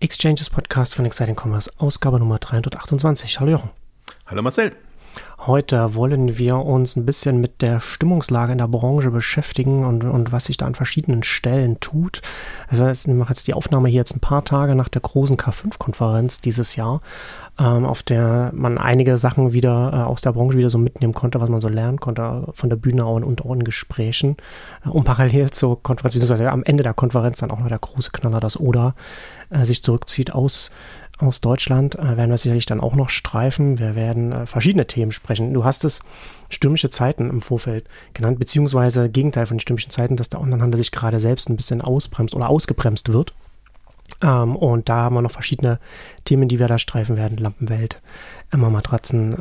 Exchanges Podcast von Exciting Commerce, Ausgabe Nummer 328. Hallo Jochen. Hallo Marcel. Heute wollen wir uns ein bisschen mit der Stimmungslage in der Branche beschäftigen und was sich da an verschiedenen Stellen tut. Also ich mache jetzt die Aufnahme hier jetzt ein paar Tage nach der großen K5-Konferenz dieses Jahr, auf der man einige Sachen wieder aus der Branche wieder so mitnehmen konnte, was man so lernen konnte von der Bühne und auch in Gesprächen. Und parallel zur Konferenz, beziehungsweise am Ende der Konferenz dann auch noch der große Knaller, dass Oda sich zurückzieht aus Deutschland, werden wir sicherlich dann auch noch streifen. Wir werden verschiedene Themen sprechen. Du hast es stürmische Zeiten im Vorfeld genannt, beziehungsweise Gegenteil von den stürmischen Zeiten, dass der Onlinehandel sich gerade selbst ein bisschen ausbremst oder ausgebremst wird. Und da haben wir noch verschiedene Themen, die wir da streifen werden. Lampenwelt, Emma-Matratzen,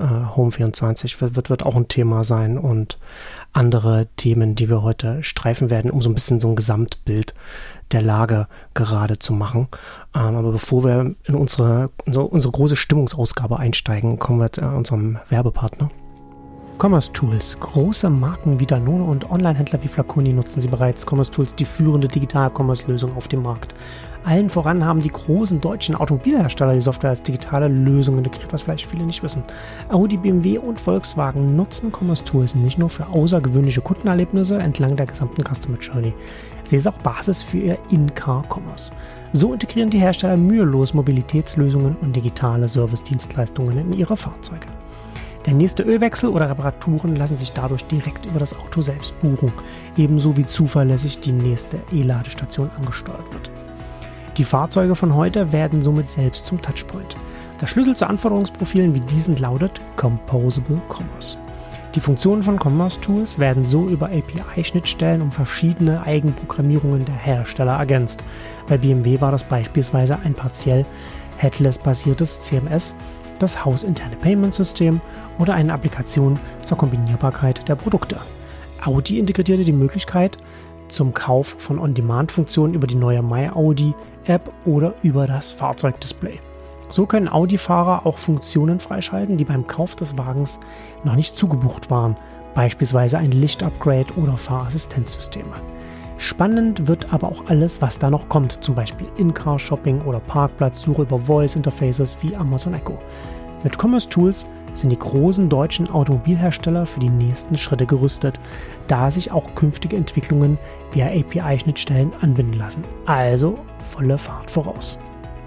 Home24 wird auch ein Thema sein und andere Themen, die wir heute streifen werden, um so ein bisschen so ein Gesamtbild der Lage gerade zu machen. Aber bevor wir in unsere große Stimmungsausgabe einsteigen, kommen wir zu unserem Werbepartner. Commerce Tools. Große Marken wie Danone und Onlinehändler wie Flaconi nutzen sie bereits. Commerce Tools, die führende Digital-Commerce-Lösung auf dem Markt. Allen voran haben die großen deutschen Automobilhersteller die Software als digitale Lösung integriert, was vielleicht viele nicht wissen. Audi, BMW und Volkswagen nutzen Commerce Tools nicht nur für außergewöhnliche Kundenerlebnisse entlang der gesamten Customer Journey. Sie ist auch Basis für ihr In-Car-Commerce. So integrieren die Hersteller mühelos Mobilitätslösungen und digitale Service-Dienstleistungen in ihre Fahrzeuge. Der nächste Ölwechsel oder Reparaturen lassen sich dadurch direkt über das Auto selbst buchen, ebenso wie zuverlässig die nächste E-Ladestation angesteuert wird. Die Fahrzeuge von heute werden somit selbst zum Touchpoint. Der Schlüssel zu Anforderungsprofilen wie diesen lautet Composable Commerce. Die Funktionen von Commerce Tools werden so über API-Schnittstellen um verschiedene Eigenprogrammierungen der Hersteller ergänzt. Bei BMW war das beispielsweise ein partiell headless-basiertes CMS, das hausinterne Payment-System oder eine Applikation zur Kombinierbarkeit der Produkte. Audi integrierte die Möglichkeit zum Kauf von On-Demand-Funktionen über die neue MyAudi-App oder über das Fahrzeugdisplay. So können Audi-Fahrer auch Funktionen freischalten, die beim Kauf des Wagens noch nicht zugebucht waren, beispielsweise ein Licht-Upgrade oder Fahrassistenzsysteme. Spannend wird aber auch alles, was da noch kommt, zum Beispiel In-Car-Shopping oder Parkplatzsuche über Voice-Interfaces wie Amazon Echo. Mit Commerce Tools sind die großen deutschen Automobilhersteller für die nächsten Schritte gerüstet, da sich auch künftige Entwicklungen via API-Schnittstellen anbinden lassen. Also volle Fahrt voraus.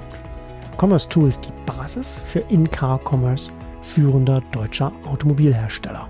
Commerce Tools, die Basis für In-Car-Commerce führender deutscher Automobilhersteller.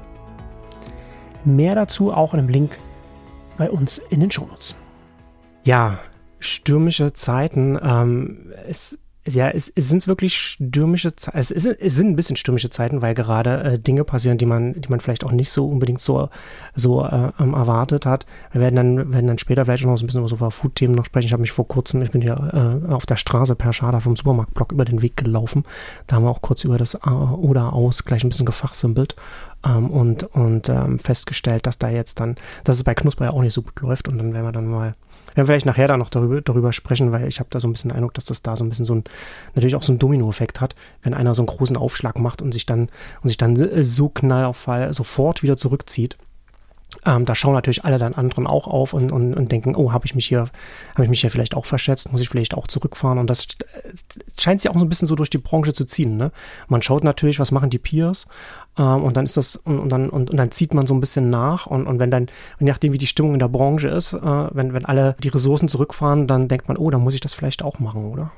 Mehr dazu auch in einem Link bei uns in den Shownotes. Ja, stürmische Zeiten. Es sind wirklich stürmische Zeiten. Es sind ein bisschen stürmische Zeiten, weil gerade Dinge passieren, die man vielleicht auch nicht so unbedingt so erwartet hat. Wir werden dann später vielleicht auch noch so ein bisschen über Food-Themen noch sprechen. Ich bin hier auf der Straße per Schada vom Supermarktblock über den Weg gelaufen. Da haben wir auch kurz über das oder aus gleich ein bisschen gefachsimpelt. Und festgestellt, dass es bei Knusper ja auch nicht so gut läuft. Und dann werden wir vielleicht nachher da noch darüber sprechen, weil ich habe da so ein bisschen den Eindruck, dass das da so ein bisschen natürlich auch so einen Dominoeffekt hat, wenn einer so einen großen Aufschlag macht und sich dann so knallauffall sofort wieder zurückzieht. Da schauen natürlich alle dann anderen auch auf und denken, oh, habe ich mich hier vielleicht auch verschätzt, muss ich vielleicht auch zurückfahren, und das scheint sich auch so ein bisschen so durch die Branche zu ziehen, ne? Man schaut natürlich, was machen die Peers, und dann ist das, und dann zieht man so ein bisschen nach, und wenn dann, je nachdem wie die Stimmung in der Branche ist, wenn alle die Ressourcen zurückfahren, dann denkt man, oh, dann muss ich das vielleicht auch machen, oder?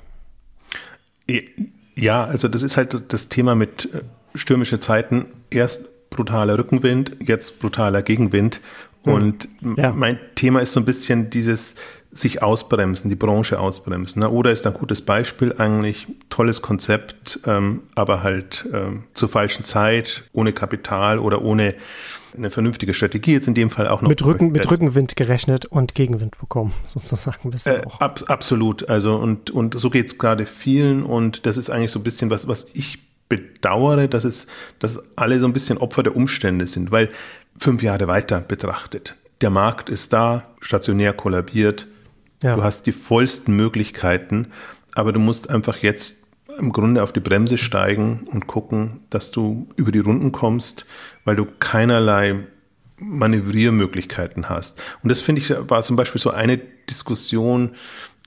Ja, also das ist halt das Thema mit stürmische Zeiten. Erst brutaler Rückenwind, jetzt brutaler Gegenwind. Und mein Thema ist so ein bisschen dieses sich ausbremsen, die Branche ausbremsen. Oder ist ein gutes Beispiel eigentlich, tolles Konzept, aber halt zur falschen Zeit, ohne Kapital oder ohne eine vernünftige Strategie, jetzt in dem Fall auch noch. Mit Rückenwind gerechnet und Gegenwind bekommen, sozusagen. Auch. Absolut, also und so geht es gerade vielen, und das ist eigentlich so ein bisschen was ich bedauere, dass alle so ein bisschen Opfer der Umstände sind, weil 5 Jahre weiter betrachtet, der Markt ist da, stationär kollabiert, du hast die vollsten Möglichkeiten, aber du musst einfach jetzt im Grunde auf die Bremse steigen und gucken, dass du über die Runden kommst, weil du keinerlei Manövriermöglichkeiten hast. Und das, finde ich, war zum Beispiel so eine Diskussion,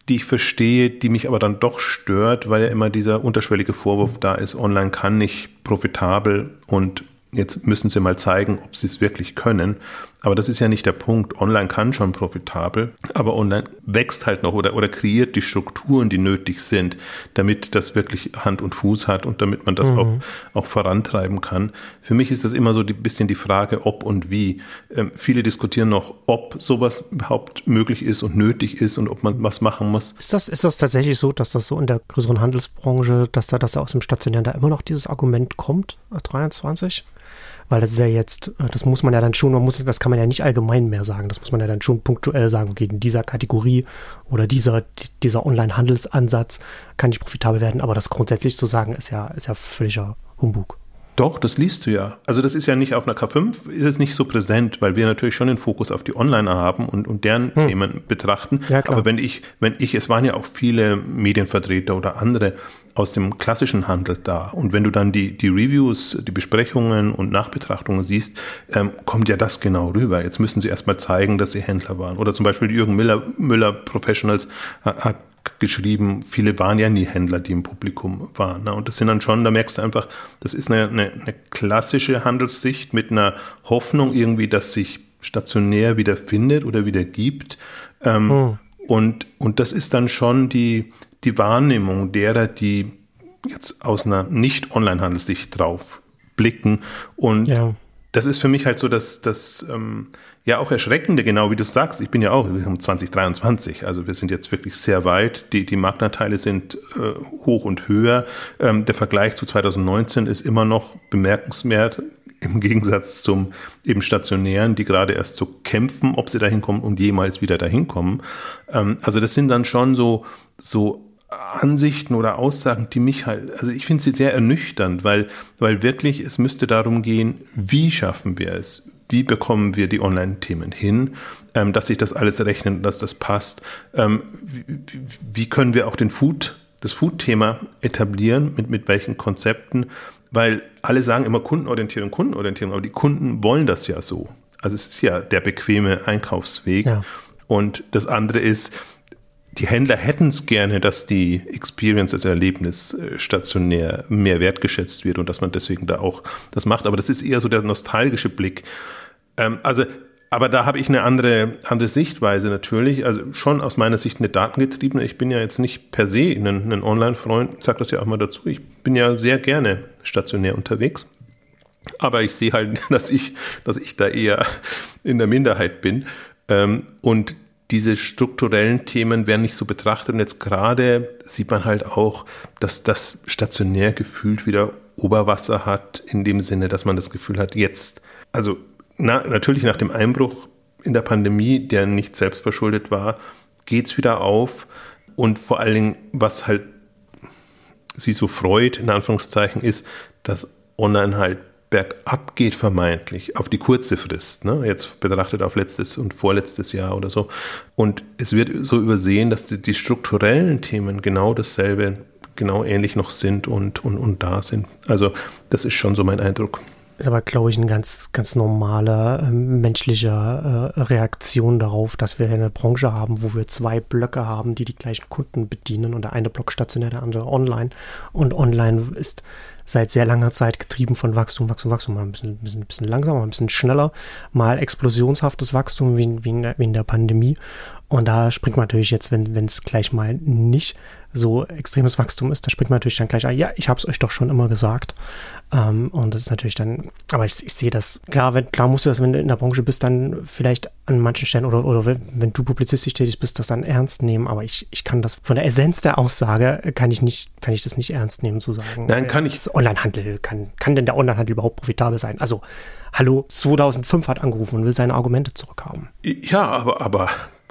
die ich verstehe, die mich aber dann doch stört, weil ja immer dieser unterschwellige Vorwurf da ist, online kann nicht profitabel und jetzt müssen sie mal zeigen, ob sie es wirklich können. Aber das ist ja nicht der Punkt. Online kann schon profitabel, aber online wächst halt noch oder kreiert die Strukturen, die nötig sind, damit das wirklich Hand und Fuß hat und damit man das auch vorantreiben kann. Für mich ist das immer so ein bisschen die Frage, ob und wie. Viele diskutieren noch, ob sowas überhaupt möglich ist und nötig ist und ob man was machen muss. Ist das tatsächlich so, dass das so in der größeren Handelsbranche, dass da aus dem Stationären da immer noch dieses Argument kommt, 23? Weil das ist ja jetzt, das muss man ja dann schon, das kann man ja nicht allgemein mehr sagen, das muss man ja dann schon punktuell sagen, okay, in dieser Kategorie oder dieser Online-Handelsansatz kann nicht profitabel werden, aber das grundsätzlich zu sagen, ist ja völliger Humbug. Doch, das liest du ja. Also das ist ja nicht auf einer K5, ist es nicht so präsent, weil wir natürlich schon den Fokus auf die Online haben und deren Themen betrachten. Ja, klar. Aber wenn ich, es waren ja auch viele Medienvertreter oder andere aus dem klassischen Handel da. Und wenn du dann die Reviews, die Besprechungen und Nachbetrachtungen siehst, kommt ja das genau rüber. Jetzt müssen sie erstmal zeigen, dass sie Händler waren. Oder zum Beispiel Jürgen Müller Professionals hat geschrieben, viele waren ja nie Händler, die im Publikum waren. Und das sind dann schon, da merkst du einfach, das ist eine klassische Handelssicht mit einer Hoffnung irgendwie, dass sich stationär wieder findet oder wieder gibt. Und das ist dann schon die Wahrnehmung derer, die jetzt aus einer Nicht-Online-Handelssicht drauf blicken. Und das ist für mich halt so, dass ja auch Erschreckende, genau wie du sagst. Ich bin ja auch, wir haben 2023, also wir sind jetzt wirklich sehr weit. Die Marktanteile sind hoch und höher. Der Vergleich zu 2019 ist immer noch bemerkenswert im Gegensatz zum eben Stationären, die gerade erst so kämpfen, ob sie dahin kommen und jemals wieder dahin kommen. Also das sind dann schon so Ansichten oder Aussagen, die mich halt, also ich finde sie sehr ernüchternd, weil wirklich es müsste darum gehen, wie schaffen wir es? Wie bekommen wir die Online-Themen hin, dass sich das alles rechnet und dass das passt? Wie können wir auch das Food-Thema etablieren, mit welchen Konzepten? Weil alle sagen immer Kundenorientierung, aber die Kunden wollen das ja so. Also es ist ja der bequeme Einkaufsweg. Ja. Und das andere ist, die Händler hätten es gerne, dass die Experience, das Erlebnis stationär mehr wertgeschätzt wird und dass man deswegen da auch das macht. Aber das ist eher so der nostalgische Blick. Aber da habe ich eine andere Sichtweise natürlich. Also schon aus meiner Sicht eine datengetriebene. Ich bin ja jetzt nicht per se ein Online-Freund. Ich sage das ja auch mal dazu. Ich bin ja sehr gerne stationär unterwegs. Aber ich sehe halt, dass ich da eher in der Minderheit bin. Und diese strukturellen Themen werden nicht so betrachtet. Und jetzt gerade sieht man halt auch, dass das stationär gefühlt wieder Oberwasser hat, in dem Sinne, dass man das Gefühl hat, jetzt, also natürlich nach dem Einbruch in der Pandemie, der nicht selbstverschuldet war, geht es wieder auf. Und vor allen Dingen, was halt sie so freut, in Anführungszeichen, ist, dass online halt bergab geht vermeintlich, auf die kurze Frist, ne? Jetzt betrachtet auf letztes und vorletztes Jahr oder so. Und es wird so übersehen, dass die strukturellen Themen genau dasselbe, genau ähnlich noch sind und da sind. Also das ist schon so mein Eindruck. Ist aber, glaube ich, eine ganz, ganz normale menschliche Reaktion darauf, dass wir eine Branche haben, wo wir zwei Blöcke haben, die gleichen Kunden bedienen und der eine Block stationär, der andere online. Und online ist seit sehr langer Zeit getrieben von Wachstum, mal ein bisschen langsamer, ein bisschen schneller, mal explosionshaftes Wachstum wie in der Pandemie. Und da springt man natürlich jetzt, wenn es gleich mal nicht so extremes Wachstum ist, da springt man natürlich dann gleich, ja, ich habe es euch doch schon immer gesagt. Und das ist natürlich dann, aber ich sehe das, klar musst du das, wenn du in der Branche bist, dann vielleicht an manchen Stellen oder wenn du publizistisch tätig bist, das dann ernst nehmen, aber ich kann das, von der Essenz der Aussage kann ich das nicht ernst nehmen, zu sagen. Nein, kann ich. Das Onlinehandel, kann denn der Onlinehandel überhaupt profitabel sein? Also, hallo, 2005 hat angerufen und will seine Argumente zurückhaben. Ja, aber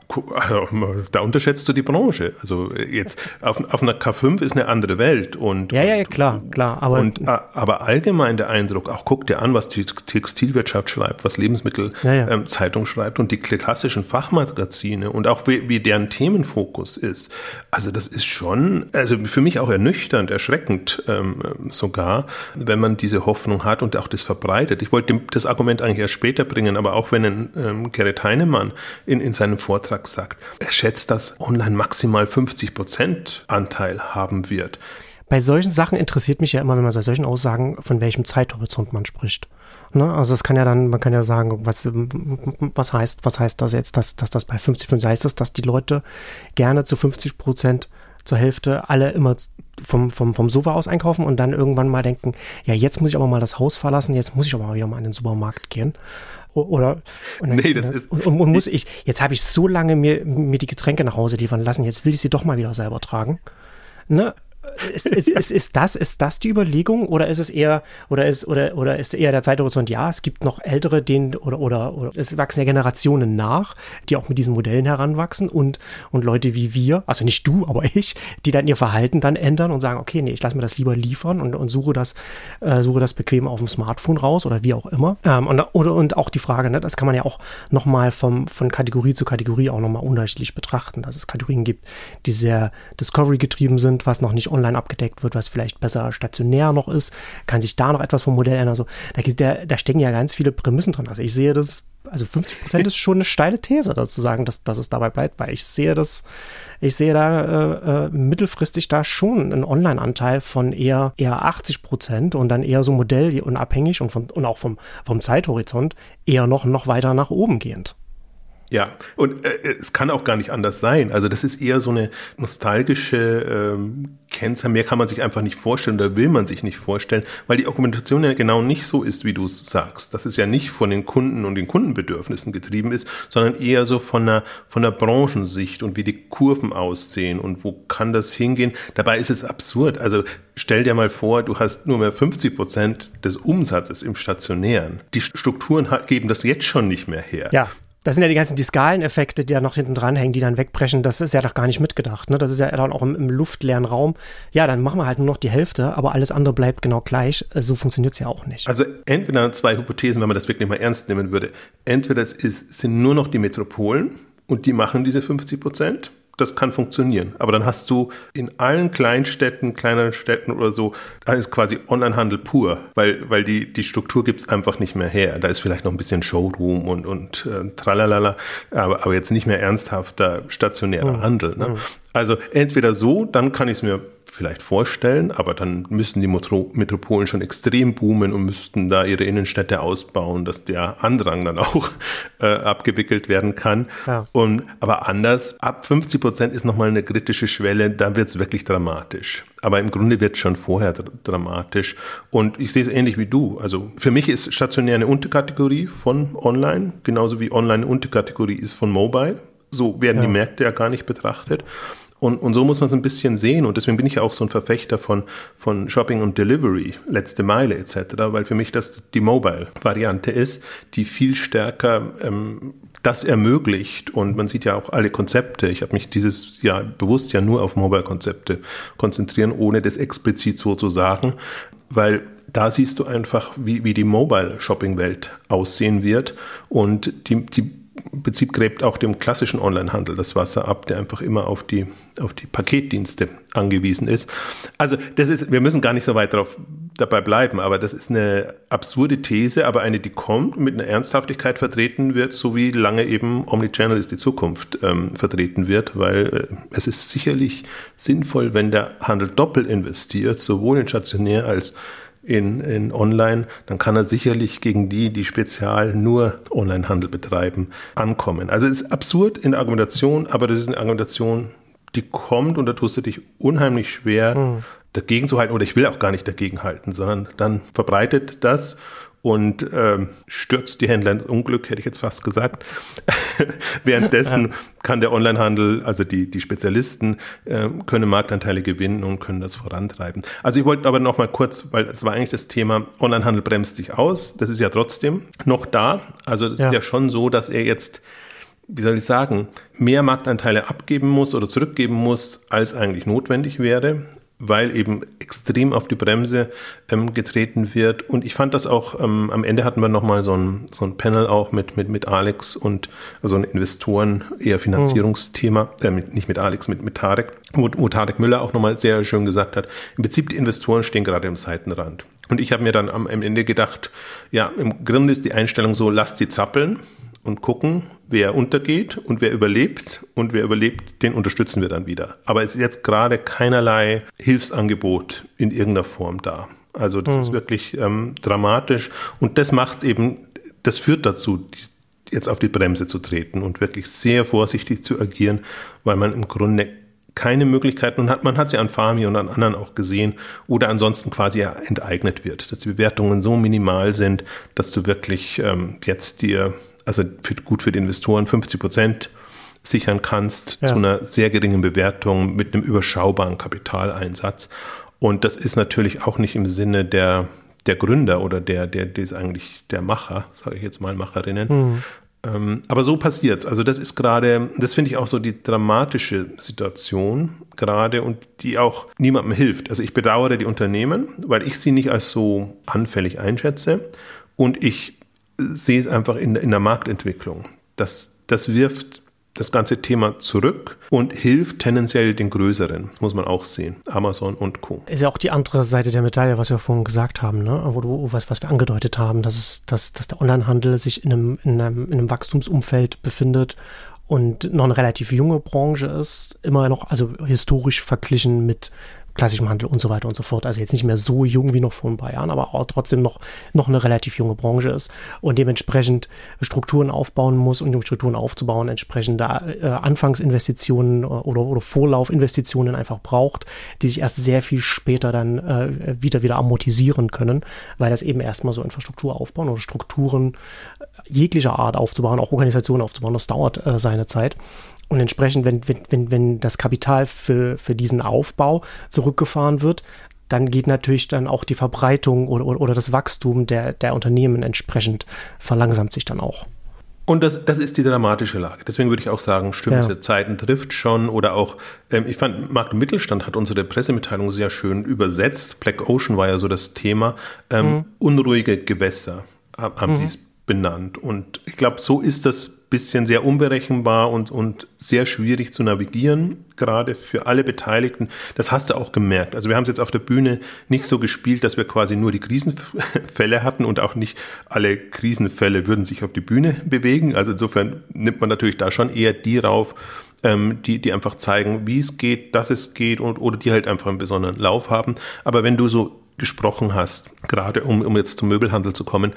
da unterschätzt du die Branche. Also jetzt auf einer K5 ist eine andere Welt. Ja, klar. Aber allgemein der Eindruck, auch guck dir an, was die Textilwirtschaft schreibt, was Lebensmittelzeitung schreibt und die klassischen Fachmagazine und auch wie deren Themenfokus ist. Also das ist schon, also für mich auch ernüchternd, erschreckend sogar, wenn man diese Hoffnung hat und auch das verbreitet. Ich wollte das Argument eigentlich erst später bringen, aber auch wenn Gerrit Heinemann in seinem Vortrag Sachs sagt. Er schätzt, dass online maximal 50% Anteil haben wird. Bei solchen Sachen interessiert mich ja immer, wenn man bei solchen Aussagen, von welchem Zeithorizont man spricht. Ne? Also es kann ja dann, man kann ja sagen, was heißt das jetzt, dass das bei 50% heißt das, dass die Leute gerne zu 50% zur Hälfte alle immer vom Sofa aus einkaufen und dann irgendwann mal denken, ja, jetzt muss ich aber mal das Haus verlassen, jetzt muss ich aber mal wieder mal in den Supermarkt gehen. Oder muss ich, jetzt habe ich so lange mir die Getränke nach Hause liefern lassen, jetzt will ich sie doch mal wieder selber tragen. Ne? Ist das die Überlegung oder ist es eher ist eher der Zeithorizont, ja, es gibt noch ältere, oder es wachsen ja Generationen nach, die auch mit diesen Modellen heranwachsen und Leute wie wir, also nicht du, aber ich, die dann ihr Verhalten dann ändern und sagen, okay, nee, ich lasse mir das lieber liefern und suche das bequem auf dem Smartphone raus oder wie auch immer. Und auch die Frage, ne, das kann man ja auch nochmal von Kategorie zu Kategorie auch nochmal unterschiedlich betrachten, dass es Kategorien gibt, die sehr Discovery getrieben sind, was noch nicht online abgedeckt wird, was vielleicht besser stationär noch ist, kann sich da noch etwas vom Modell ändern. Also, da stecken ja ganz viele Prämissen drin. Also ich sehe das, also 50% ist schon eine steile These, dazu sagen, dass es dabei bleibt, weil ich sehe da mittelfristig da schon einen Online-Anteil von eher 80% und dann eher so modellunabhängig und auch vom Zeithorizont eher noch weiter nach oben gehend. Ja, und es kann auch gar nicht anders sein. Also das ist eher so eine nostalgische Kennzahl. Mehr kann man sich einfach nicht vorstellen oder will man sich nicht vorstellen, weil die Argumentation ja genau nicht so ist, wie du es sagst. Dass es ja nicht von den Kunden und den Kundenbedürfnissen getrieben ist, sondern eher so von der Branchensicht und wie die Kurven aussehen und wo kann das hingehen. Dabei ist es absurd. Also stell dir mal vor, du hast nur mehr 50% des Umsatzes im Stationären. Die Strukturen geben das jetzt schon nicht mehr her. Ja. Das sind ja die Skaleneffekte, die da noch hinten dran hängen, die dann wegbrechen. Das ist ja doch gar nicht mitgedacht. Ne? Das ist ja dann auch im luftleeren Raum. Ja, dann machen wir halt nur noch die Hälfte, aber alles andere bleibt genau gleich. So funktioniert es ja auch nicht. Also entweder zwei Hypothesen, wenn man das wirklich mal ernst nehmen würde. Entweder sind nur noch die Metropolen und die machen diese 50%. Das kann funktionieren. Aber dann hast du in allen Kleinstädten, kleineren Städten oder so, da ist quasi Onlinehandel pur, weil die Struktur gibt es einfach nicht mehr her. Da ist vielleicht noch ein bisschen Showroom und tralalala, aber jetzt nicht mehr ernsthafter stationärer Handel. Ne? Also entweder so, dann kann ich es mir vielleicht vorstellen, aber dann müssen die Metropolen schon extrem boomen und müssten da ihre Innenstädte ausbauen, dass der Andrang dann auch abgewickelt werden kann. Ja. Aber anders, ab 50% ist nochmal eine kritische Schwelle, da wird es wirklich dramatisch. Aber im Grunde wird es schon vorher dramatisch. Und ich sehe es ähnlich wie du. Also für mich ist stationär eine Unterkategorie von Online, genauso wie Online eine Unterkategorie ist von Mobile. So werden die Märkte ja gar nicht betrachtet. Und so muss man es ein bisschen sehen. Und deswegen bin ich ja auch so ein Verfechter von Shopping und Delivery, letzte Meile etc., weil für mich das die Mobile-Variante ist, die viel stärker das ermöglicht. Und man sieht ja auch alle Konzepte. Ich habe mich dieses Jahr bewusst ja nur auf Mobile-Konzepte konzentrieren, ohne das explizit so zu sagen, weil da siehst du einfach, wie die Mobile-Shopping-Welt aussehen wird. Und die im Prinzip gräbt auch dem klassischen Onlinehandel das Wasser ab, der einfach immer auf die Paketdienste angewiesen ist. Also wir müssen gar nicht so weit dabei bleiben, aber das ist eine absurde These, aber eine, die kommt und mit einer Ernsthaftigkeit vertreten wird, so wie lange eben Omnichannel ist die Zukunft vertreten wird, weil es ist sicherlich sinnvoll, wenn der Handel doppelt investiert, sowohl in stationär als in Online, dann kann er sicherlich gegen die spezial nur Onlinehandel betreiben, ankommen. Also es ist absurd in der Argumentation, aber das ist eine Argumentation, die kommt und da tust du dich unheimlich schwer, dagegen zu halten. Oder ich will auch gar nicht dagegen halten, sondern dann verbreitet das und stürzt die Händler ins Unglück, hätte ich jetzt fast gesagt. Währenddessen kann der Onlinehandel, also die Spezialisten, können Marktanteile gewinnen und können das vorantreiben. Also ich wollte aber noch mal kurz, weil es war eigentlich das Thema, Onlinehandel bremst sich aus. Das ist ja trotzdem noch da. Also das ist ja schon so, dass er jetzt, wie soll ich sagen, mehr Marktanteile abgeben muss oder zurückgeben muss, als eigentlich notwendig wäre, weil eben extrem auf die Bremse getreten wird. Und ich fand das auch, am Ende hatten wir nochmal so ein Panel auch mit Alex und so ein Investoren, eher Finanzierungsthema, nicht mit Alex, mit Tarek, wo Tarek Müller auch nochmal sehr schön gesagt hat, im Prinzip die Investoren stehen gerade am Seitenrand. Und ich habe mir dann am Ende gedacht, ja, im Grunde ist die Einstellung so, lasst sie zappeln. und gucken, wer untergeht und wer überlebt. Und wer überlebt, den unterstützen wir dann wieder. Aber es ist jetzt gerade keinerlei Hilfsangebot in irgendeiner Form da. Also das ist wirklich dramatisch. Und das das führt dazu, jetzt auf die Bremse zu treten und wirklich sehr vorsichtig zu agieren, weil man im Grunde keine Möglichkeiten hat. Man hat sie an Fahmi und an anderen auch gesehen oder ansonsten quasi enteignet wird, dass die Bewertungen so minimal sind, dass du wirklich jetzt gut für die Investoren 50% sichern kannst zu einer sehr geringen Bewertung mit einem überschaubaren Kapitaleinsatz. Und das ist natürlich auch nicht im Sinne der Gründer oder der ist eigentlich der Macher, sage ich jetzt mal, Macherinnen. Aber so passiert's. Also das finde ich auch so die dramatische Situation gerade und die auch niemandem hilft. Also ich bedauere die Unternehmen, weil ich sie nicht als so anfällig einschätze und ich sehe es einfach in der Marktentwicklung. Das wirft das ganze Thema zurück und hilft tendenziell den Größeren, muss man auch sehen. Amazon und Co. Ist ja auch die andere Seite der Medaille, was wir vorhin gesagt haben, ne? Was wir angedeutet haben, dass der Onlinehandel sich in einem Wachstumsumfeld befindet und noch eine relativ junge Branche ist, immer noch, also historisch verglichen mit klassischem Handel und so weiter und so fort. Also jetzt nicht mehr so jung wie noch vor ein paar Jahren, aber auch trotzdem noch eine relativ junge Branche ist und dementsprechend Strukturen aufbauen muss und um Strukturen aufzubauen, entsprechende Anfangsinvestitionen oder Vorlaufinvestitionen einfach braucht, die sich erst sehr viel später dann wieder amortisieren können, weil das eben erstmal so Infrastruktur aufbauen oder Strukturen jeglicher Art aufzubauen, auch Organisationen aufzubauen, das dauert seine Zeit. Und entsprechend, wenn das Kapital für diesen Aufbau zurückgefahren wird, dann geht natürlich dann auch die Verbreitung oder das Wachstum der Unternehmen entsprechend verlangsamt sich dann auch. Und das ist die dramatische Lage. Deswegen würde ich auch sagen, stimmte Zeiten trifft schon oder auch, ich fand, Markt- und Mittelstand hat unsere Pressemitteilung sehr schön übersetzt. Black Ocean war ja so das Thema. Unruhige Gewässer haben sie es benannt. Und ich glaube, so ist das bisschen sehr unberechenbar und sehr schwierig zu navigieren, gerade für alle Beteiligten. Das hast du auch gemerkt. Also wir haben es jetzt auf der Bühne nicht so gespielt, dass wir quasi nur die Krisenfälle hatten und auch nicht alle Krisenfälle würden sich auf die Bühne bewegen. Also insofern nimmt man natürlich da schon eher die rauf, die einfach zeigen, wie es geht, dass es geht oder die halt einfach einen besonderen Lauf haben. Aber wenn du so gesprochen hast, gerade um jetzt zum Möbelhandel zu kommen,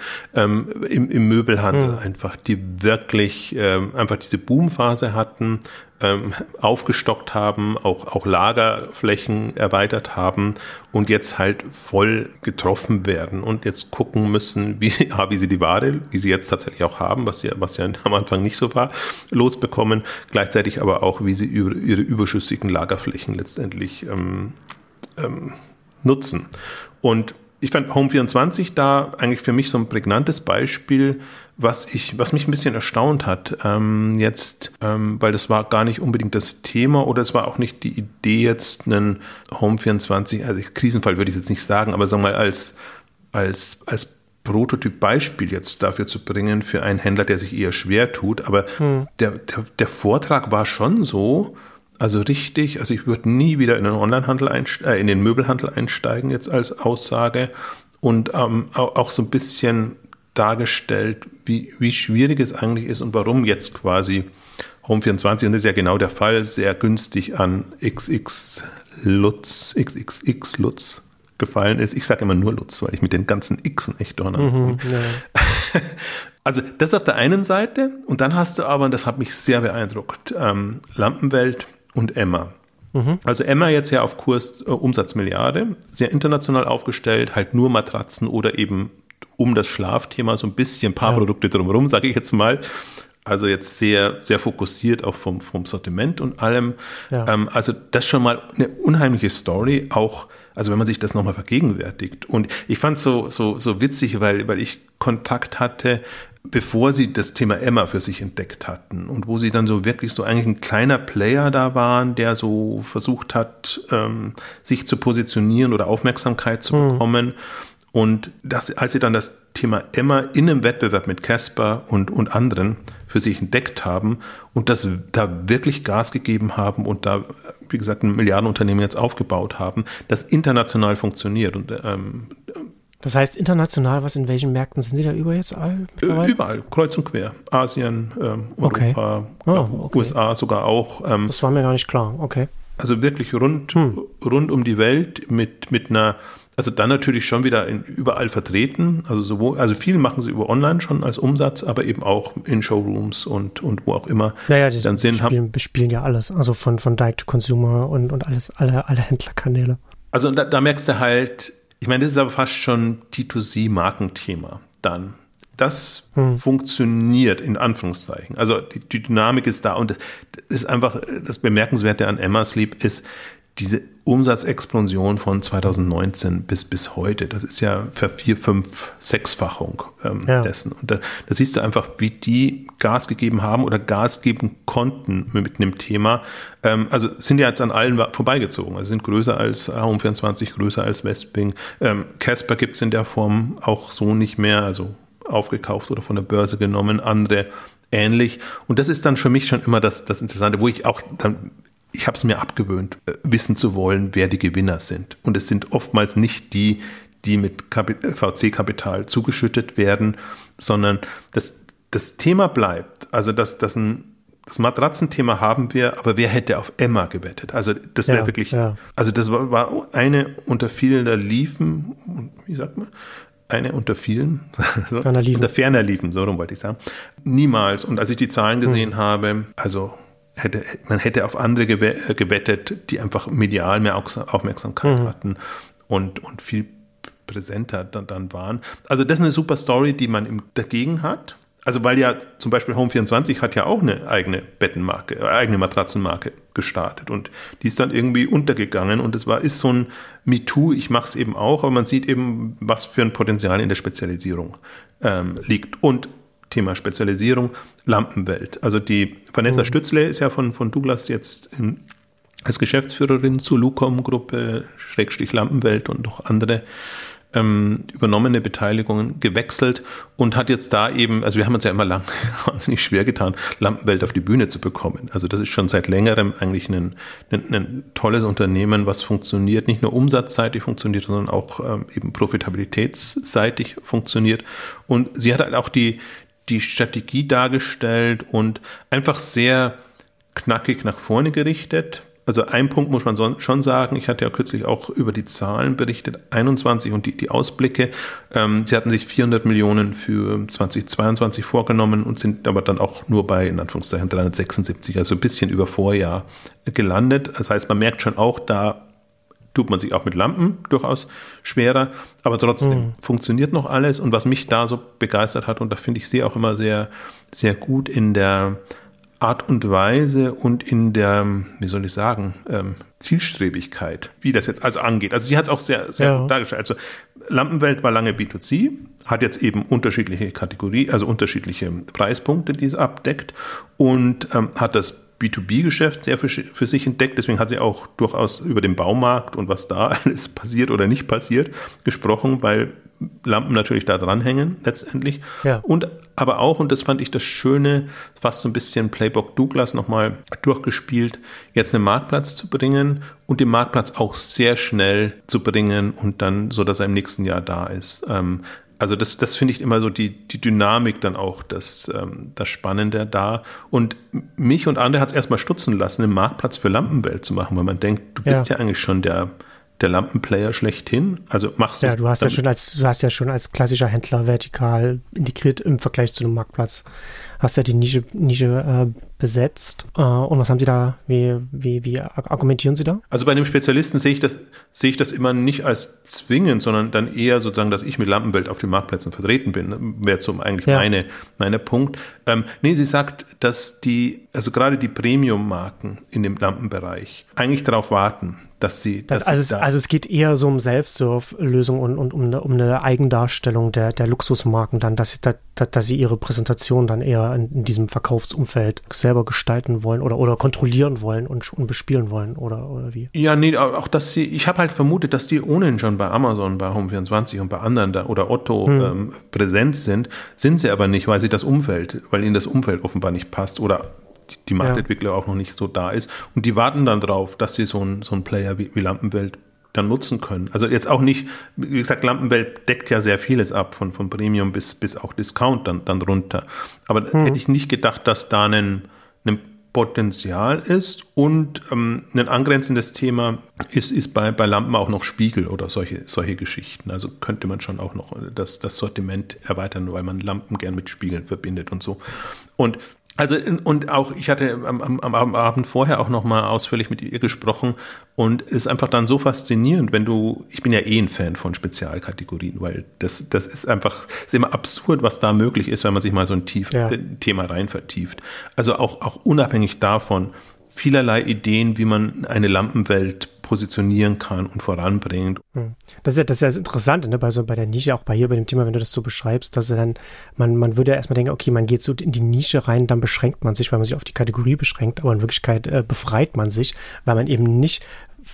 im Möbelhandel einfach, die wirklich einfach diese Boomphase hatten, aufgestockt haben, auch Lagerflächen erweitert haben und jetzt halt voll getroffen werden und jetzt gucken müssen, wie sie die Ware, die sie jetzt tatsächlich auch haben, was ja am Anfang nicht so war, losbekommen, gleichzeitig aber auch, wie sie ihre überschüssigen Lagerflächen letztendlich nutzen. Und ich fand Home24 da eigentlich für mich so ein prägnantes Beispiel, was mich ein bisschen erstaunt hat, weil das war gar nicht unbedingt das Thema oder es war auch nicht die Idee jetzt einen Home24, also Krisenfall würde ich jetzt nicht sagen, aber sagen wir mal als Prototyp-Beispiel jetzt dafür zu bringen für einen Händler, der sich eher schwer tut, aber der Vortrag war schon so, also richtig, also ich würde nie wieder in den Onlinehandel in den Möbelhandel einsteigen jetzt als Aussage und auch so ein bisschen dargestellt, wie schwierig es eigentlich ist und warum jetzt quasi Home24, und das ist ja genau der Fall, sehr günstig an XXX Lutz gefallen ist. Ich sage immer nur Lutz, weil ich mit den ganzen Xen echt durcheinander komme. Also das auf der einen Seite und dann hast du aber, und das hat mich sehr beeindruckt, Lampenwelt und Emma. Also Emma jetzt ja auf Kurs Umsatzmilliarde, sehr international aufgestellt, halt nur Matratzen oder eben um das Schlafthema so ein bisschen ein paar Produkte drumherum, sage ich jetzt mal. Also jetzt sehr, sehr fokussiert auch vom Sortiment und allem. Ja. Also das schon mal eine unheimliche Story, auch, also wenn man sich das nochmal vergegenwärtigt. Und ich fand es so witzig, weil ich Kontakt hatte, bevor sie das Thema Emma für sich entdeckt hatten und wo sie dann so wirklich so eigentlich ein kleiner Player da waren, der so versucht hat, sich zu positionieren oder Aufmerksamkeit zu bekommen. Und als sie dann das Thema Emma in einem Wettbewerb mit Casper und anderen für sich entdeckt haben und das da wirklich Gas gegeben haben und da, wie gesagt, ein Milliardenunternehmen jetzt aufgebaut haben, das international funktioniert. Und Das heißt international, in welchen Märkten sind Sie da jetzt Überall, kreuz und quer. Asien, Europa, USA sogar auch. Das war mir gar nicht klar, okay. Also wirklich rund um die Welt mit einer, also dann natürlich schon wieder überall vertreten. Also viel machen sie über online schon als Umsatz, aber eben auch in Showrooms und wo auch immer. Naja, die dann bespielen ja alles, also von Direct to Consumer und alles, alle Händlerkanäle. Also da merkst du halt, ich meine, das ist aber fast schon D2C-Markenthema dann. Das funktioniert in Anführungszeichen. Also die Dynamik ist da und das ist einfach das Bemerkenswerte an Emma Sleep ist diese Umsatzexplosion von 2019 bis heute. Das ist ja ver-4-, 5-, 6-fachung dessen. Und da siehst du einfach, wie die Gas gegeben haben oder Gas geben konnten mit einem Thema. Also sind ja jetzt an allen vorbeigezogen. Also sind größer als Home24, größer als Westwing. Casper gibt es in der Form auch so nicht mehr, also aufgekauft oder von der Börse genommen, andere ähnlich. Und das ist dann für mich schon immer das Interessante, wo ich auch dann, ich habe es mir abgewöhnt, wissen zu wollen, wer die Gewinner sind. Und es sind oftmals nicht die mit VC-Kapital zugeschüttet werden, sondern das Thema bleibt. Also das Matratzenthema haben wir, aber wer hätte auf Emma gewettet? Also das wäre wirklich, also das war eine unter vielen, da liefen, wie sagt man? Eine unter vielen, unter ferner liefen, so rum wollte ich sagen. Niemals. Und als ich die Zahlen gesehen habe, also man hätte auf andere gewettet, die einfach medial mehr Aufmerksamkeit hatten und viel präsenter dann waren. Also das ist eine super Story, die man dagegen hat. Also weil ja zum Beispiel Home24 hat ja auch eine eigene Bettenmarke, eigene Matratzenmarke gestartet und die ist dann irgendwie untergegangen und ist so ein MeToo, ich mache es eben auch, aber man sieht eben, was für ein Potenzial in der Spezialisierung liegt. Und Thema Spezialisierung, Lampenwelt. Also die Vanessa Stützle ist ja von Douglas jetzt als Geschäftsführerin zur Lucom-Gruppe, Lampenwelt und noch andere übernommene Beteiligungen gewechselt und hat jetzt da eben, also wir haben uns ja immer lang wahnsinnig schwer getan, Lampenwelt auf die Bühne zu bekommen. Also das ist schon seit längerem eigentlich ein tolles Unternehmen, was funktioniert, nicht nur umsatzseitig funktioniert, sondern auch eben profitabilitätsseitig funktioniert. Und sie hat halt auch die Strategie dargestellt und einfach sehr knackig nach vorne gerichtet. Also ein Punkt muss man schon sagen, ich hatte ja kürzlich auch über die Zahlen berichtet, 21 und die Ausblicke. Sie hatten sich 400 Millionen für 2022 vorgenommen und sind aber dann auch nur bei, in Anführungszeichen, 376, also ein bisschen über Vorjahr gelandet. Das heißt, man merkt schon auch, da tut man sich auch mit Lampen durchaus schwerer, aber trotzdem funktioniert noch alles. Und was mich da so begeistert hat, und da finde ich sie auch immer sehr, sehr gut in der Art und Weise und in der, wie soll ich sagen, Zielstrebigkeit, wie das jetzt also angeht. Also sie hat es auch sehr, sehr gut dargestellt. Also Lampenwelt war lange B2C, hat jetzt eben unterschiedliche Kategorien, also unterschiedliche Preispunkte, die es abdeckt und hat das B2B-Geschäft sehr für sich entdeckt. Deswegen hat sie auch durchaus über den Baumarkt und was da alles passiert oder nicht passiert gesprochen, weil Lampen natürlich da dranhängen letztendlich. Ja. Und aber auch, und das fand ich das Schöne, fast so ein bisschen Playbook Douglas nochmal durchgespielt, jetzt einen Marktplatz zu bringen und den Marktplatz auch sehr schnell zu bringen und dann so, dass er im nächsten Jahr da ist. Also das finde ich immer so die Dynamik dann auch, das Spannende da. Und mich und andere hat es erstmal stutzen lassen, einen Marktplatz für Lampenwelt zu machen, weil man denkt, du bist ja eigentlich schon der Lampenplayer schlechthin. Also machst du. Ja, du hast ja schon als klassischer Händler vertikal integriert im Vergleich zu einem Marktplatz. Hast ja die Nische besetzt. Und was haben Sie da, wie argumentieren Sie da? Also bei einem Spezialisten sehe ich das immer nicht als zwingend, sondern dann eher sozusagen, dass ich mit Lampenwelt auf den Marktplätzen vertreten bin. Wäre so eigentlich meine Punkt. Sie sagt, dass also gerade die Premium-Marken in dem Lampenbereich eigentlich darauf warten, also es geht eher so um Self-Serve-Lösung und um eine Eigendarstellung der Luxusmarken dann, dass sie ihre Präsentation dann eher in diesem Verkaufsumfeld selber gestalten wollen oder kontrollieren wollen und bespielen wollen oder wie? Ja, nee, auch ich habe halt vermutet, dass die ohnehin schon bei Amazon, bei Home24 und bei anderen da oder Otto präsent sind sie aber nicht, weil ihnen das Umfeld offenbar nicht passt oder die Marktentwickler auch noch nicht so da ist. Und die warten dann drauf, dass sie so ein Player wie Lampenwelt dann nutzen können. Also jetzt auch nicht, wie gesagt, Lampenwelt deckt ja sehr vieles ab, von Premium bis auch Discount dann runter. Aber hätte ich nicht gedacht, dass da ein Potenzial ist, und ein angrenzendes Thema ist bei Lampen auch noch Spiegel oder solche Geschichten. Also könnte man schon auch noch das Sortiment erweitern, weil man Lampen gern mit Spiegeln verbindet und so. Und auch, ich hatte am Abend vorher auch noch mal ausführlich mit ihr gesprochen, und es ist einfach dann so faszinierend, ich bin ja ein Fan von Spezialkategorien, weil das ist immer absurd, was da möglich ist, wenn man sich mal so ein Thema rein vertieft. Also auch unabhängig davon, vielerlei Ideen, wie man eine Lampenwelt positionieren kann und voranbringt. Das ist ja das Interessante, ne? Bei der Nische, auch bei dem Thema, wenn du das so beschreibst, dass dann, man würde ja erstmal denken, okay, man geht so in die Nische rein, dann beschränkt man sich, weil man sich auf die Kategorie beschränkt, aber in Wirklichkeit befreit man sich, weil man eben nicht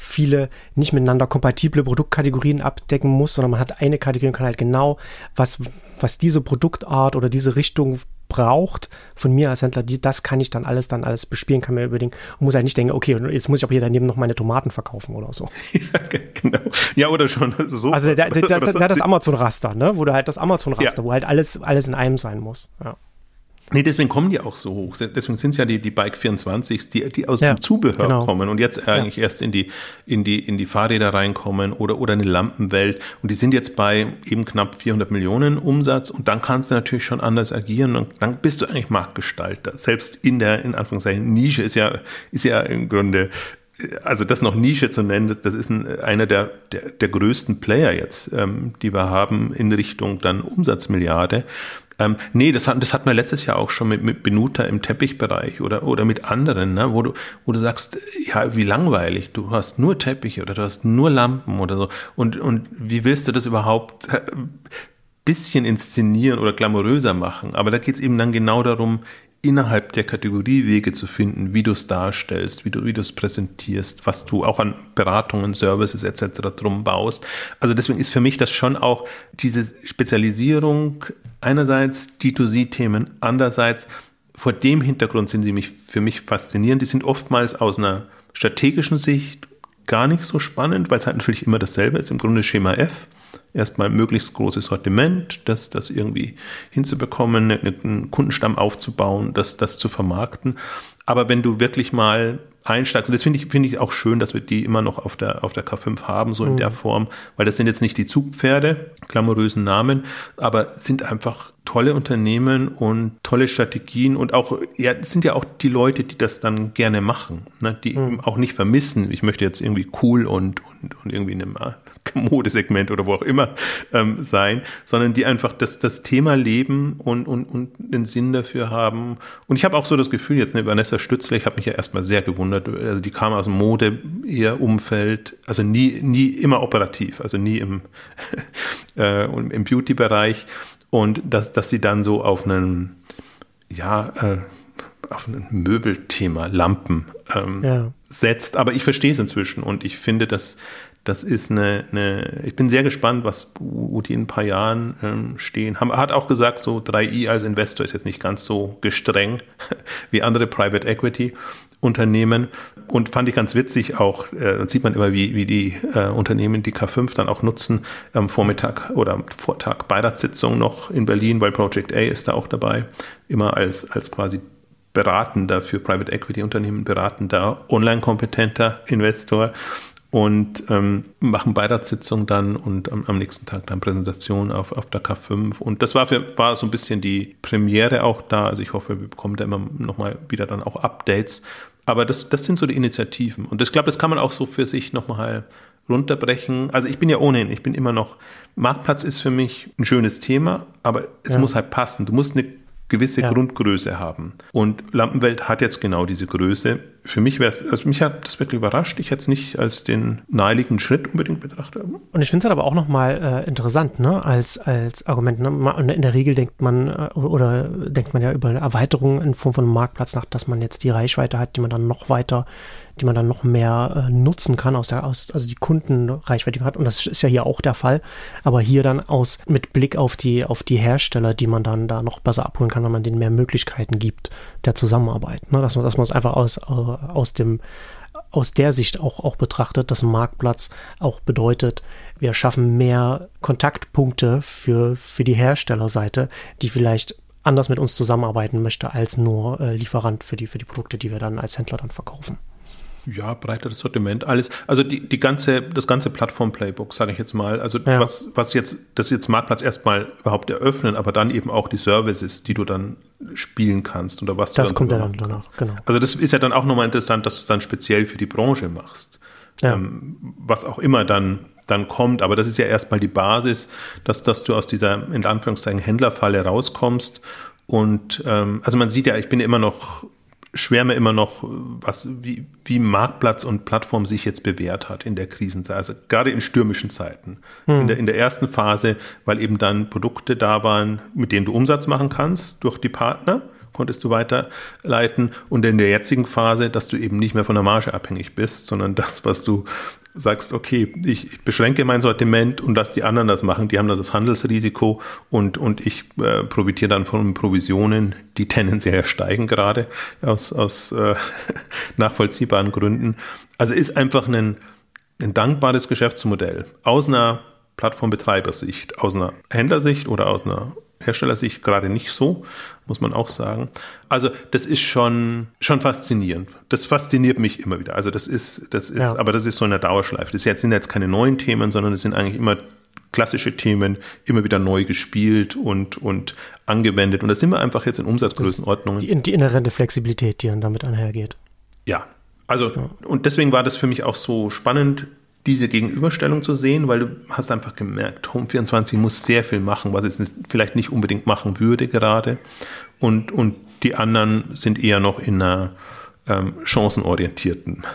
nicht miteinander kompatible Produktkategorien abdecken muss, sondern man hat eine Kategorie und kann halt genau, was diese Produktart oder diese Richtung braucht von mir als Händler, das kann ich dann alles bespielen, kann mir überlegen und muss halt nicht denken, okay, jetzt muss ich aber hier daneben noch meine Tomaten verkaufen oder so. Ja, genau. Ja, oder schon so. Also das Amazon-Raster, ne? Wo du halt das Amazon-Raster, wo halt alles in einem sein muss. Ja. Nee, deswegen kommen die auch so hoch. Deswegen sind es ja die Bike 24s, die aus dem Zubehör kommen und jetzt eigentlich erst in die Fahrräder reinkommen oder eine Lampenwelt. Und die sind jetzt bei eben knapp 400 Millionen Umsatz, und dann kannst du natürlich schon anders agieren, und dann bist du eigentlich Marktgestalter. Selbst in Anführungszeichen, Nische ist ja im Grunde, also das noch Nische zu nennen, das ist einer der größten Player jetzt, die wir haben in Richtung dann Umsatzmilliarde. Nee, das hatten wir letztes Jahr auch schon mit Benuta im Teppichbereich oder mit anderen, ne, wo du sagst, ja, wie langweilig, du hast nur Teppiche oder du hast nur Lampen oder so, und wie willst du das überhaupt bisschen inszenieren oder glamouröser machen? Aber da geht es eben dann genau darum, innerhalb der Kategorie Wege zu finden, wie du es darstellst, wie du es präsentierst, was du auch an Beratungen, Services etc. drum baust. Also deswegen ist für mich das schon auch diese Spezialisierung, einerseits D2C-Themen, andererseits vor dem Hintergrund sind sie für mich faszinierend. Die sind oftmals aus einer strategischen Sicht gar nicht so spannend, weil es halt natürlich immer dasselbe ist, im Grunde Schema F. Erstmal möglichst großes Sortiment, das irgendwie hinzubekommen, einen Kundenstamm aufzubauen, das zu vermarkten. Aber wenn du wirklich mal einsteigst, und das finde ich auch schön, dass wir die immer noch auf der K5 haben, so in der Form, weil das sind jetzt nicht die Zugpferde, glamourösen Namen, aber sind einfach tolle Unternehmen und tolle Strategien, und auch, es sind ja auch die Leute, die das dann gerne machen, ne, die auch nicht vermissen, ich möchte jetzt irgendwie cool und irgendwie in einem Modesegment oder wo auch immer sein, sondern die einfach das Thema leben und den Sinn dafür haben. Und ich habe auch so das Gefühl, jetzt eine Vanessa Stützle, ich habe mich ja erstmal sehr gewundert, also die kam aus dem Mode-Umfeld, also nie immer operativ, also nie im Beauty-Bereich, und dass sie dann so auf ein Möbelthema, Lampen setzt. Aber ich verstehe es inzwischen, und ich finde, das ist ich bin sehr gespannt, wo die in ein paar Jahren stehen. Hat auch gesagt, so 3i als Investor ist jetzt nicht ganz so gestreng wie andere Private Equity Unternehmen, und fand ich ganz witzig auch, da sieht man immer, wie die Unternehmen die K5 dann auch nutzen, am Vormittag oder am Vortag Beiratssitzung noch in Berlin, weil Project A ist da auch dabei, immer als quasi beratender für Private Equity Unternehmen, beratender, online-kompetenter Investor. Und machen Beiratssitzung dann und am nächsten Tag dann Präsentation auf der K5. Und das war so ein bisschen die Premiere auch da. Also ich hoffe, wir bekommen da immer nochmal wieder dann auch Updates. Aber das sind so die Initiativen. Und ich glaube, das kann man auch so für sich nochmal runterbrechen. Also ich bin immer noch, Marktplatz ist für mich ein schönes Thema, aber es muss halt passen. Du musst eine gewisse Grundgröße haben. Und Lampenwelt hat jetzt genau diese Größe. Für mich mich hat das wirklich überrascht. Ich hätte es nicht als den naheliegenden Schritt unbedingt betrachtet. Und ich finde es halt aber auch nochmal interessant, ne, als Argument. Ne? In der Regel denkt man ja über eine Erweiterung in Form von einem Marktplatz nach, dass man jetzt die Reichweite hat, die man dann noch mehr nutzen kann, also die Kundenreichweite, die man hat. Und das ist ja hier auch der Fall. Aber hier dann mit Blick auf die Hersteller, die man dann da noch besser abholen kann, wenn man denen mehr Möglichkeiten gibt der Zusammenarbeit. Ne? Dass man es einfach aus aus der Sicht auch betrachtet, dass ein Marktplatz auch bedeutet, wir schaffen mehr Kontaktpunkte für die Herstellerseite, die vielleicht anders mit uns zusammenarbeiten möchte, als nur Lieferant für die Produkte, die wir dann als Händler dann verkaufen. Ja, breiteres Sortiment, alles. Also das ganze Plattform-Playbook, sage ich jetzt mal. Also was jetzt Marktplatz erstmal überhaupt eröffnen, aber dann eben auch die Services, die du dann spielen kannst oder was du dann das kommt ja dann danach, genau. Also das ist ja dann auch nochmal interessant, dass du es dann speziell für die Branche machst. Ja. Was auch immer dann kommt, aber das ist ja erstmal die Basis, dass du aus dieser, in Anführungszeichen, Händlerfalle rauskommst. Und also man sieht ja, schwärme immer noch, wie Marktplatz und Plattform sich jetzt bewährt hat in der Krisenzeit, also gerade in stürmischen Zeiten. In der ersten Phase, weil eben dann Produkte da waren, mit denen du Umsatz machen kannst durch die Partner, konntest du weiterleiten, und in der jetzigen Phase, dass du eben nicht mehr von der Marge abhängig bist, sondern das, was du sagst, okay, ich beschränke mein Sortiment und lass die anderen das machen, die haben das Handelsrisiko und ich profitiere dann von Provisionen, die tendenziell steigen gerade aus nachvollziehbaren Gründen. Also ist einfach ein dankbares Geschäftsmodell aus einer Plattformbetreibersicht, aus einer Händlersicht oder aus einer Herstellersicht gerade nicht so, muss man auch sagen. Also das ist schon faszinierend. Das fasziniert mich immer wieder. Also das ist, ja. Aber das ist so eine Dauerschleife. Das sind jetzt keine neuen Themen, sondern es sind eigentlich immer klassische Themen, immer wieder neu gespielt und angewendet. Und da sind wir einfach jetzt in Umsatzgrößenordnungen. Die inhärente Flexibilität, die dann damit einhergeht. Ja, also und deswegen war das für mich auch so spannend, diese Gegenüberstellung zu sehen, weil du hast einfach gemerkt, Home24 muss sehr viel machen, was es vielleicht nicht unbedingt machen würde gerade. Und die anderen sind eher noch in einer chancenorientierten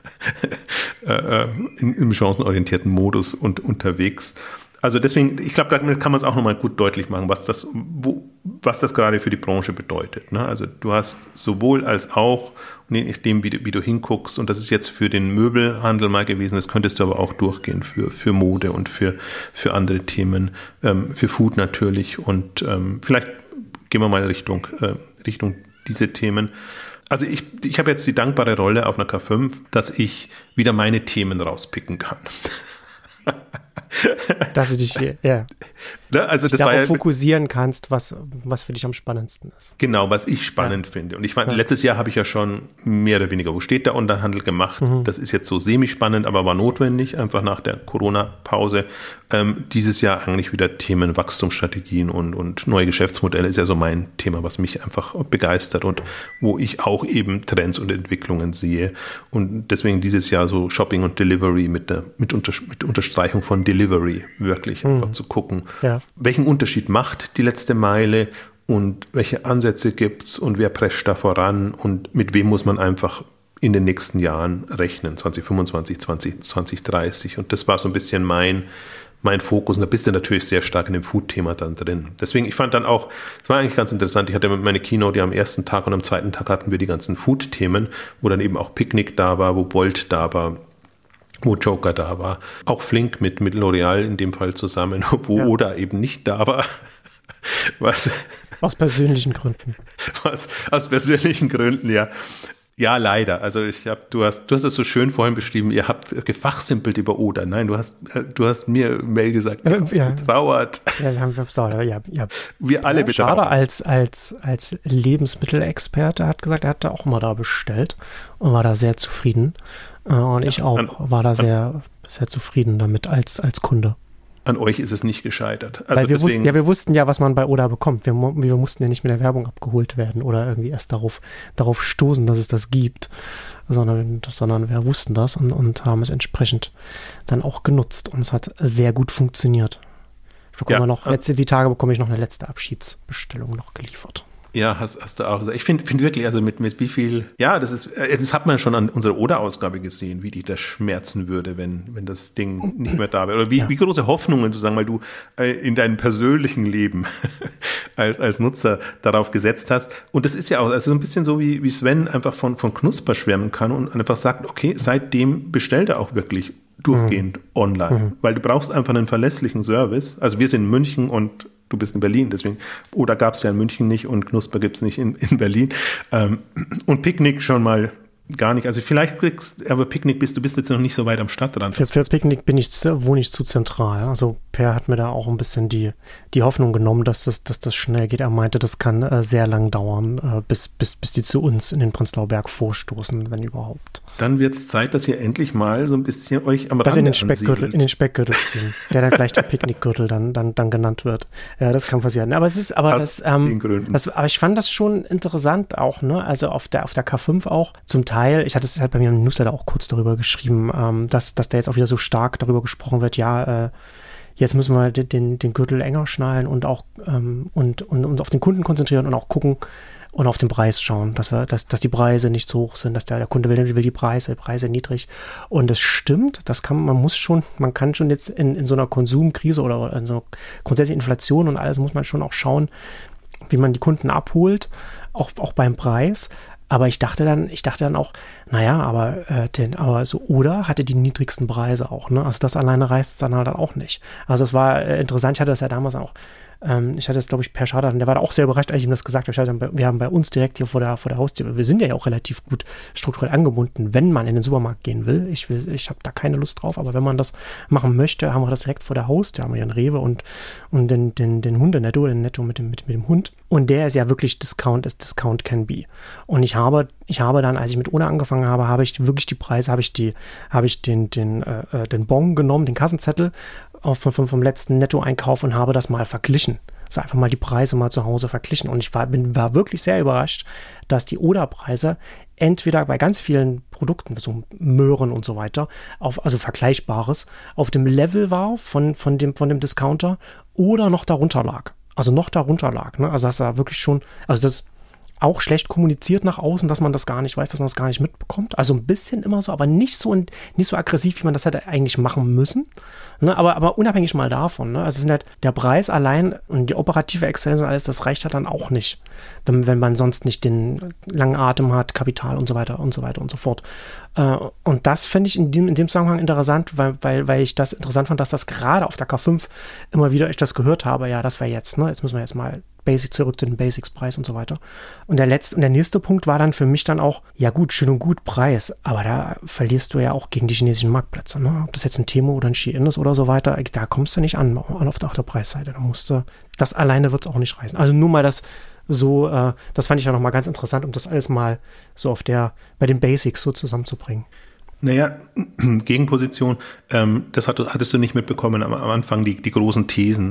im chancenorientierten Modus unterwegs. Also deswegen, ich glaube, damit kann man es auch nochmal gut deutlich machen, was das gerade für die Branche bedeutet. Ne? Also du hast sowohl als auch, je nachdem, wie du hinguckst, und das ist jetzt für den Möbelhandel mal gewesen, das könntest du aber auch durchgehen für Mode und für andere Themen, für Food natürlich, und vielleicht gehen wir mal Richtung diese Themen. Also ich habe jetzt die dankbare Rolle auf einer K5, dass ich wieder meine Themen rauspicken kann. Dass du dich darauf fokussieren kannst, was für dich am spannendsten ist. Genau, was ich spannend finde. Und ich fand, letztes Jahr habe ich ja schon mehr oder weniger, wo steht der Unterhandel gemacht. Das ist jetzt so semi-spannend, aber war notwendig, einfach nach der Corona-Pause. Dieses Jahr eigentlich wieder Themen Wachstumsstrategien und neue Geschäftsmodelle ist ja so mein Thema, was mich einfach begeistert und wo ich auch eben Trends und Entwicklungen sehe. Und deswegen dieses Jahr so Shopping und Delivery mit Unterstreichung von Delivery, wirklich einfach zu gucken, welchen Unterschied macht die letzte Meile und welche Ansätze gibt's und wer prescht da voran und mit wem muss man einfach in den nächsten Jahren rechnen, 2025, 2030. Und das war so ein bisschen mein Fokus. Und da bist du natürlich sehr stark in dem Food-Thema dann drin. Deswegen, ich fand dann auch, es war eigentlich ganz interessant, ich hatte meine Keynote ja am ersten Tag und am zweiten Tag hatten wir die ganzen Food-Themen, wo dann eben auch Picknick da war, wo Bolt da war, wo Joker da war, auch Flink mit L'Oreal in dem Fall zusammen, wo Oda eben nicht da war. Aus persönlichen Gründen. Aus persönlichen Gründen, ja. Ja, leider. Also du hast es so schön vorhin beschrieben, ihr habt gefachsimpelt über Oda. Nein, du hast mir Mail gesagt, ihr habt betrauert. Ja, wir haben betrauert. Ja. Wir alle betrauert. Schade, als Lebensmittelexperte hat gesagt, er hat da auch mal da bestellt und war da sehr zufrieden. Und ich auch war da sehr, sehr zufrieden damit als Kunde. An euch ist es nicht gescheitert. Also weil wir wussten ja, was man bei Oda bekommt. Wir mussten ja nicht mit der Werbung abgeholt werden oder irgendwie erst darauf stoßen, dass es das gibt, sondern wir wussten das und haben es entsprechend dann auch genutzt. Und es hat sehr gut funktioniert. Die Tage bekomme ich noch eine letzte Abschiedsbestellung noch geliefert. Ja, hast du auch gesagt. Ich finde wirklich, also mit wie viel, das hat man schon an unserer Oda-Ausgabe gesehen, wie die das schmerzen würde, wenn das Ding nicht mehr da wäre. Oder wie große Hoffnungen sozusagen, weil du in deinem persönlichen Leben als Nutzer darauf gesetzt hast. Und das ist ja auch, also so ein bisschen so, wie Sven einfach von Knusper schwärmen kann und einfach sagt, okay, seitdem bestellt er auch wirklich durchgehend online, weil du brauchst einfach einen verlässlichen Service. Also wir sind in München und du bist in Berlin, deswegen, oder gab es ja in München nicht und Knusper gibt es nicht in Berlin. Und Picknick schon mal gar nicht. Also vielleicht aber Picknick du bist jetzt noch nicht so weit am Stadtrand. Für das Picknick wohne ich zu zentral. Also Per hat mir da auch ein bisschen die Hoffnung genommen, dass das schnell geht. Er meinte, das kann sehr lang dauern, bis die zu uns in den Prenzlauer Berg vorstoßen, wenn überhaupt. Dann wird es Zeit, dass ihr endlich mal so ein bisschen euch am Rande in den Speckgürtel ziehen, der dann gleich der Picknickgürtel dann genannt wird. Ja, das kann passieren. Aber aber ich fand das schon interessant auch, ne? Also auf der K5 auch zum Teil. Ich hatte es halt bei mir im Newsletter auch kurz darüber geschrieben, dass da jetzt auch wieder so stark darüber gesprochen wird, jetzt müssen wir den Gürtel enger schnallen und auch und auf den Kunden konzentrieren und auch gucken und auf den Preis schauen, dass die Preise nicht so hoch sind, dass der Kunde will die Preise niedrig. Und es stimmt, man kann schon jetzt in so einer Konsumkrise oder in so einer grundsätzlichen Inflation und alles muss man schon auch schauen, wie man die Kunden abholt, auch beim Preis. Aber ich dachte dann auch, naja, aber so Oder hatte die niedrigsten Preise auch, ne? Also das alleine reißt es dann halt auch nicht. Also das war interessant, ich hatte das ja damals auch, ich hatte das, glaube ich, Per Schader, der war da auch sehr überrascht, als ich ihm das gesagt habe. Wir haben bei uns direkt hier vor der Haustür, wir sind ja auch relativ gut strukturell angebunden, wenn man in den Supermarkt gehen will. Ich habe da keine Lust drauf, aber wenn man das machen möchte, haben wir das direkt vor der Haustür, haben wir ja einen Rewe und den Hundenetto, den Netto mit dem Hund. Und der ist ja wirklich Discount can be. Und ich habe dann, als ich mit Ona angefangen habe ich wirklich die Preise, habe ich den Bon genommen, den Kassenzettel vom letzten Nettoeinkauf und habe das mal verglichen. Also einfach mal die Preise mal zu Hause verglichen. Und ich war wirklich sehr überrascht, dass die Oder-Preise entweder bei ganz vielen Produkten, so Möhren und so weiter, also Vergleichbares, auf dem Level war von dem Discounter oder noch darunter lag. Ne? Also das war wirklich schon, also das auch schlecht kommuniziert nach außen, dass man das gar nicht weiß, dass man das gar nicht mitbekommt. Also ein bisschen immer so, aber nicht so aggressiv, wie man das hätte eigentlich machen müssen. Ne? Aber unabhängig mal davon. Ne? Also es ist halt der Preis allein und die operative Exzellenz und alles, das reicht halt dann auch nicht, wenn man sonst nicht den langen Atem hat, Kapital und so weiter und so weiter und so fort. Und das finde ich in dem Zusammenhang interessant, weil ich das interessant fand, dass das gerade auf der K5 immer wieder ich das gehört habe, ja, das wäre jetzt, ne? Jetzt müssen wir jetzt mal zurück zu den Basics-Preis und so weiter. Und der nächste Punkt war dann für mich dann auch, ja gut, schön und gut Preis, aber da verlierst du ja auch gegen die chinesischen Marktplätze, ne? Ob das jetzt ein Temu oder ein Shein ist oder so weiter, da kommst du nicht an auf der Preisseite. Das alleine wird es auch nicht reißen. Also nur mal das fand ich ja nochmal ganz interessant, um das alles mal so bei den Basics so zusammenzubringen. Naja, Gegenposition, das hattest du nicht mitbekommen am Anfang, die großen Thesen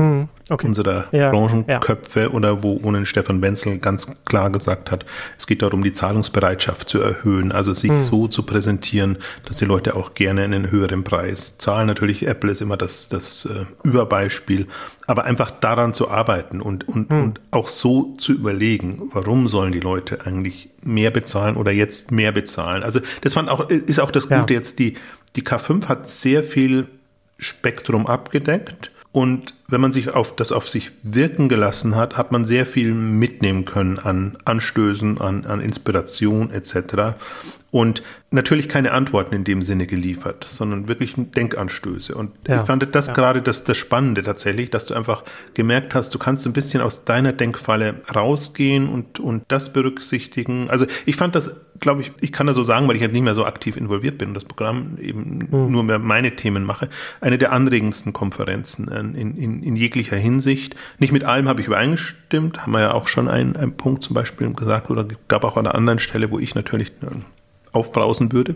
unserer Branchenköpfe oder wo Stefan Wenzel ganz klar gesagt hat, es geht darum, die Zahlungsbereitschaft zu erhöhen, also sich so zu präsentieren, dass die Leute auch gerne einen höheren Preis zahlen. Natürlich, Apple ist immer das Überbeispiel, aber einfach daran zu arbeiten und auch so zu überlegen, warum sollen die Leute eigentlich mehr bezahlen oder jetzt mehr bezahlen. Also das ist auch das Gute jetzt, die K5 hat sehr viel Spektrum abgedeckt und wenn man sich auf sich wirken gelassen hat, hat man sehr viel mitnehmen können an Anstößen, an Inspiration etc. Und natürlich keine Antworten in dem Sinne geliefert, sondern wirklich Denkanstöße. Und ich fand das gerade das Spannende tatsächlich, dass du einfach gemerkt hast, du kannst ein bisschen aus deiner Denkfalle rausgehen und das berücksichtigen. Also ich fand das, glaube ich kann das so sagen, weil ich halt nicht mehr so aktiv involviert bin und das Programm eben nur mehr meine Themen mache, eine der anregendsten Konferenzen in jeglicher Hinsicht. Nicht mit allem habe ich übereingestimmt, haben wir ja auch schon einen Punkt zum Beispiel gesagt oder gab auch an einer anderen Stelle, wo ich natürlich aufbrausen würde.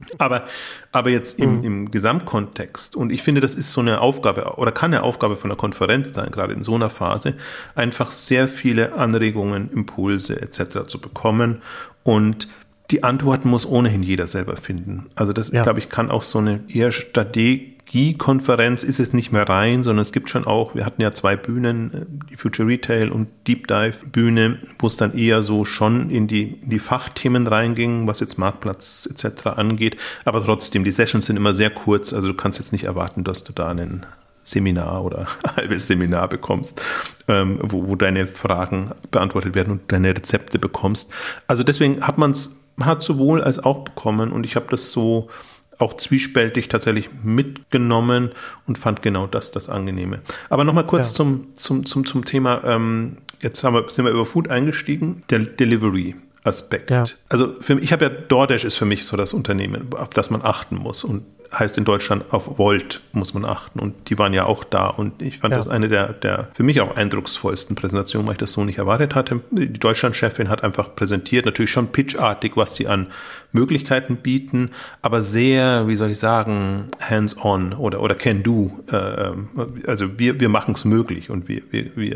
Aber jetzt im Gesamtkontext, und ich finde, das ist so eine Aufgabe oder kann eine Aufgabe von einer Konferenz sein, gerade in so einer Phase, einfach sehr viele Anregungen, Impulse etc. zu bekommen und die Antworten muss ohnehin jeder selber finden. Also das, glaube ich, kann auch so eine eher Strategiekonferenz ist es nicht mehr rein, sondern es gibt schon auch, wir hatten ja 2 Bühnen, die Future Retail und Deep Dive Bühne, wo es dann eher so schon in die Fachthemen reinging, was jetzt Marktplatz etc. angeht, aber trotzdem, die Sessions sind immer sehr kurz, also du kannst jetzt nicht erwarten, dass du da einen Seminar oder ein halbes Seminar bekommst, wo deine Fragen beantwortet werden und deine Rezepte bekommst. Also deswegen hat sowohl als auch bekommen und ich habe das so auch zwiespältig tatsächlich mitgenommen und fand genau das Angenehme. Aber nochmal kurz zum Thema, jetzt sind wir über Food eingestiegen, der Delivery. Aspekt. Ja. Also ich habe ja DoorDash ist für mich so das Unternehmen, auf das man achten muss und heißt in Deutschland auf Volt muss man achten und die waren ja auch da und ich fand das eine der für mich auch eindrucksvollsten Präsentationen, weil ich das so nicht erwartet hatte. Die Deutschland-Chefin hat einfach präsentiert, natürlich schon pitchartig, was sie an Möglichkeiten bieten, aber sehr, wie soll ich sagen, hands-on oder can-do. Also wir machen es möglich und wir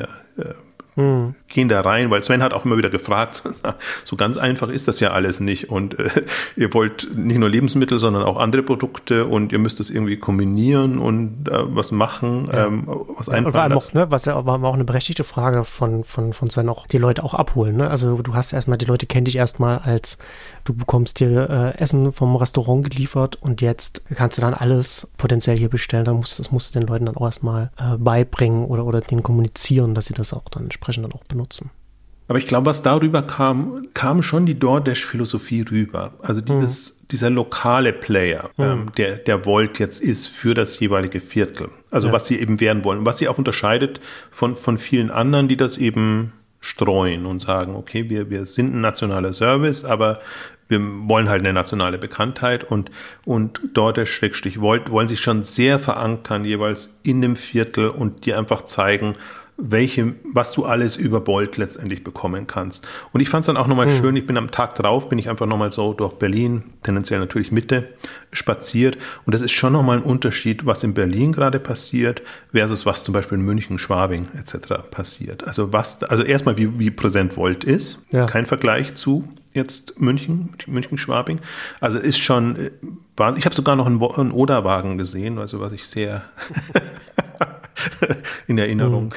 gehen da rein, weil Sven hat auch immer wieder gefragt, so ganz einfach ist das ja alles nicht und ihr wollt nicht nur Lebensmittel, sondern auch andere Produkte und ihr müsst das irgendwie kombinieren und was machen, was einfallen lassen. Ne, was ja aber auch eine berechtigte Frage von Sven auch, die Leute auch abholen. Ne? Also du hast erstmal, die Leute kennen dich erstmal als, du bekommst dir Essen vom Restaurant geliefert und jetzt kannst du dann alles potenziell hier bestellen, das musst du den Leuten dann auch erstmal beibringen oder denen kommunizieren, dass sie das auch dann entsprechend dann auch benutzen. Aber ich glaube, was darüber kam schon die DoorDash-Philosophie rüber. Also dieser lokale Player, der Volt jetzt ist für das jeweilige Viertel. Also was sie eben werden wollen. Was sie auch unterscheidet von vielen anderen, die das eben streuen und sagen, okay, wir sind ein nationaler Service, aber wir wollen halt eine nationale Bekanntheit und DoorDash/Volt wollen sich schon sehr verankern, jeweils in dem Viertel und dir einfach zeigen, was du alles über Volt letztendlich bekommen kannst. Und ich fand es dann auch nochmal schön, ich bin am Tag drauf, bin ich einfach nochmal so durch Berlin, tendenziell natürlich Mitte, spaziert. Und das ist schon nochmal ein Unterschied, was in Berlin gerade passiert, versus was zum Beispiel in München, Schwabing etc. passiert. Also erstmal, wie präsent Volt ist, kein Vergleich zu jetzt München, Schwabing. Also ist schon, ich habe sogar noch einen Oderwagen gesehen, also was ich sehr in Erinnerung